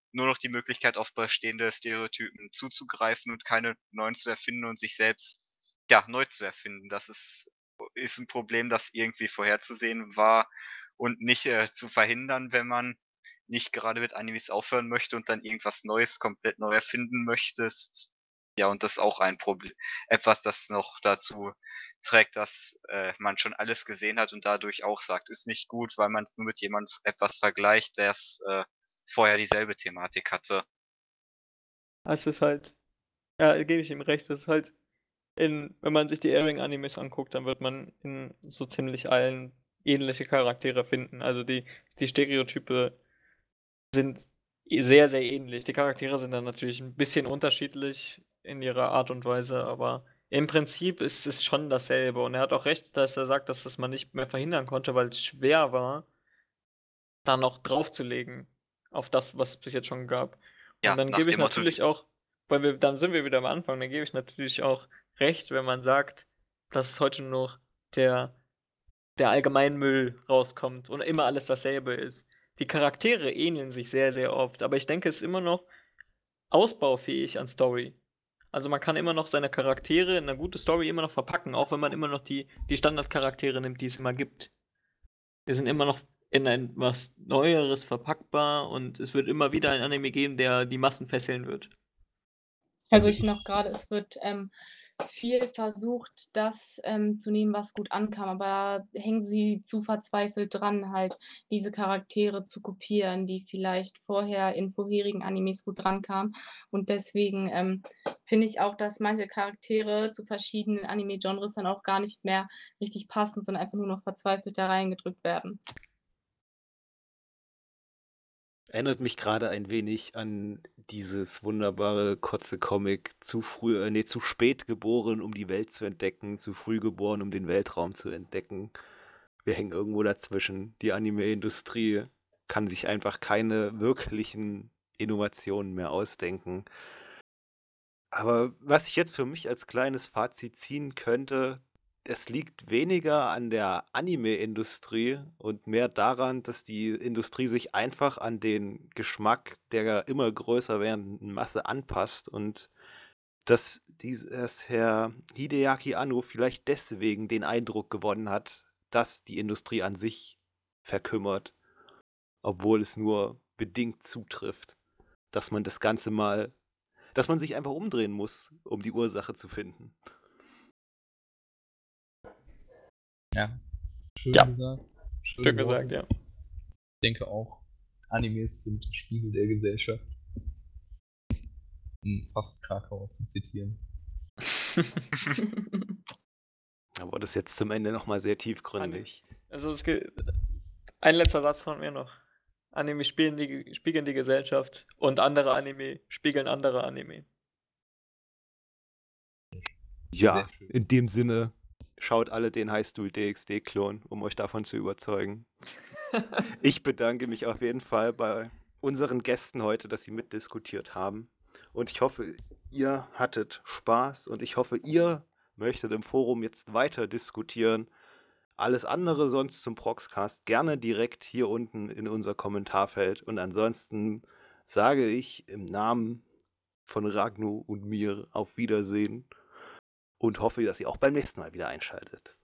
nur noch die Möglichkeit, auf bestehende Stereotypen zuzugreifen und keine neuen zu erfinden und sich selbst, ja, neu zu erfinden. Das ist 'n Problem, das irgendwie vorherzusehen war und nicht, zu verhindern, wenn man nicht gerade mit Animes aufhören möchte und dann irgendwas Neues komplett neu erfinden möchtest. Ja, und das ist auch ein etwas, das noch dazu trägt, dass, man schon alles gesehen hat und dadurch auch sagt, ist nicht gut, weil man nur mit jemandem etwas vergleicht, der's, vorher dieselbe Thematik hatte. Es ist halt ja, gebe ich ihm recht, es ist halt wenn man sich die Airing-Animes anguckt, dann wird man in so ziemlich allen ähnliche Charaktere finden. Also, die Stereotype sind sehr, sehr ähnlich. Die Charaktere sind dann natürlich 'n bisschen unterschiedlich in ihrer Art und Weise, aber im Prinzip ist es schon dasselbe. Und er hat auch recht, dass er sagt, dass das man nicht mehr verhindern konnte, weil's schwer war, da noch draufzulegen auf das, was es bis jetzt schon gab. Und Ja, dann nach gebe ich dem Motto natürlich auch weil wir dann sind wir wieder am Anfang, dann gebe ich natürlich auch recht, wenn man sagt, dass heute nur noch der Allgemeinmüll rauskommt und immer alles dasselbe ist. Die Charaktere ähneln sich sehr, sehr oft, aber ich denke, es ist immer noch ausbaufähig an Story. Also, man kann immer noch seine Charaktere in 'ne gute Story immer noch verpacken, auch wenn man immer noch die Standardcharaktere nimmt, die es immer gibt. Wir sind immer noch in ein was Neueres verpackbar und es wird immer wieder ein Anime geben, der die Massen fesseln wird. Also, Also ich finde auch ich grade, es wird, viel versucht, das, zu nehmen, was gut ankam, aber da hängen sie zu verzweifelt dran, halt diese Charaktere zu kopieren, die vielleicht vorher in vorherigen Animes gut rankamen. Und deswegen, finde ich auch, dass manche Charaktere zu verschiedenen Anime-Genres dann auch gar nicht mehr richtig passen, sondern einfach nur noch verzweifelt da reingedrückt werden. Erinnert mich gerade ein wenig an dieses wunderbare kurze Comic „Zu früh zu spät geboren, um die Welt zu entdecken, zu früh geboren, um den Weltraum zu entdecken.“ Wir hängen irgendwo dazwischen. Die Anime-Industrie kann sich einfach keine wirklichen Innovationen mehr ausdenken. Aber was ich jetzt für mich als kleines Fazit ziehen könnte, es liegt weniger an der Anime-Industrie und mehr daran, dass die Industrie sich einfach an den Geschmack der immer größer werdenden Masse anpasst und dass Herr Hideaki Anno vielleicht deswegen den Eindruck gewonnen hat, dass die Industrie an sich verkümmert, obwohl es nur bedingt zutrifft, dass man das Ganze mal, dass man sich einfach umdrehen muss, um die Ursache zu finden. ja, schön Ja. gesagt. Schöne Schön gesagt, Worte. ja. Ich denke auch, Animes sind Spiegel der Gesellschaft. Um fast Krakauer zu zitieren. Aber das ist jetzt zum Ende nochmal sehr tiefgründig. Also, es ge ein letzter Satz von mir noch. Anime spiegeln die Gesellschaft und andere Anime spiegeln andere Anime. Ja, Sehr schön. in dem Sinne, schaut alle den High School DxD-Klon, um euch davon zu überzeugen. Ich bedanke mich auf jeden Fall bei unseren Gästen heute, dass sie mitdiskutiert haben. Und ich hoffe, ihr hattet Spaß und ich hoffe, ihr möchtet im Forum jetzt weiter diskutieren. Alles andere sonst zum Proxcast gerne direkt hier unten in unser Kommentarfeld. Und ansonsten sage ich im Namen von Ragnu und mir auf Wiedersehen und hoffe, dass ihr auch beim nächsten Mal wieder einschaltet.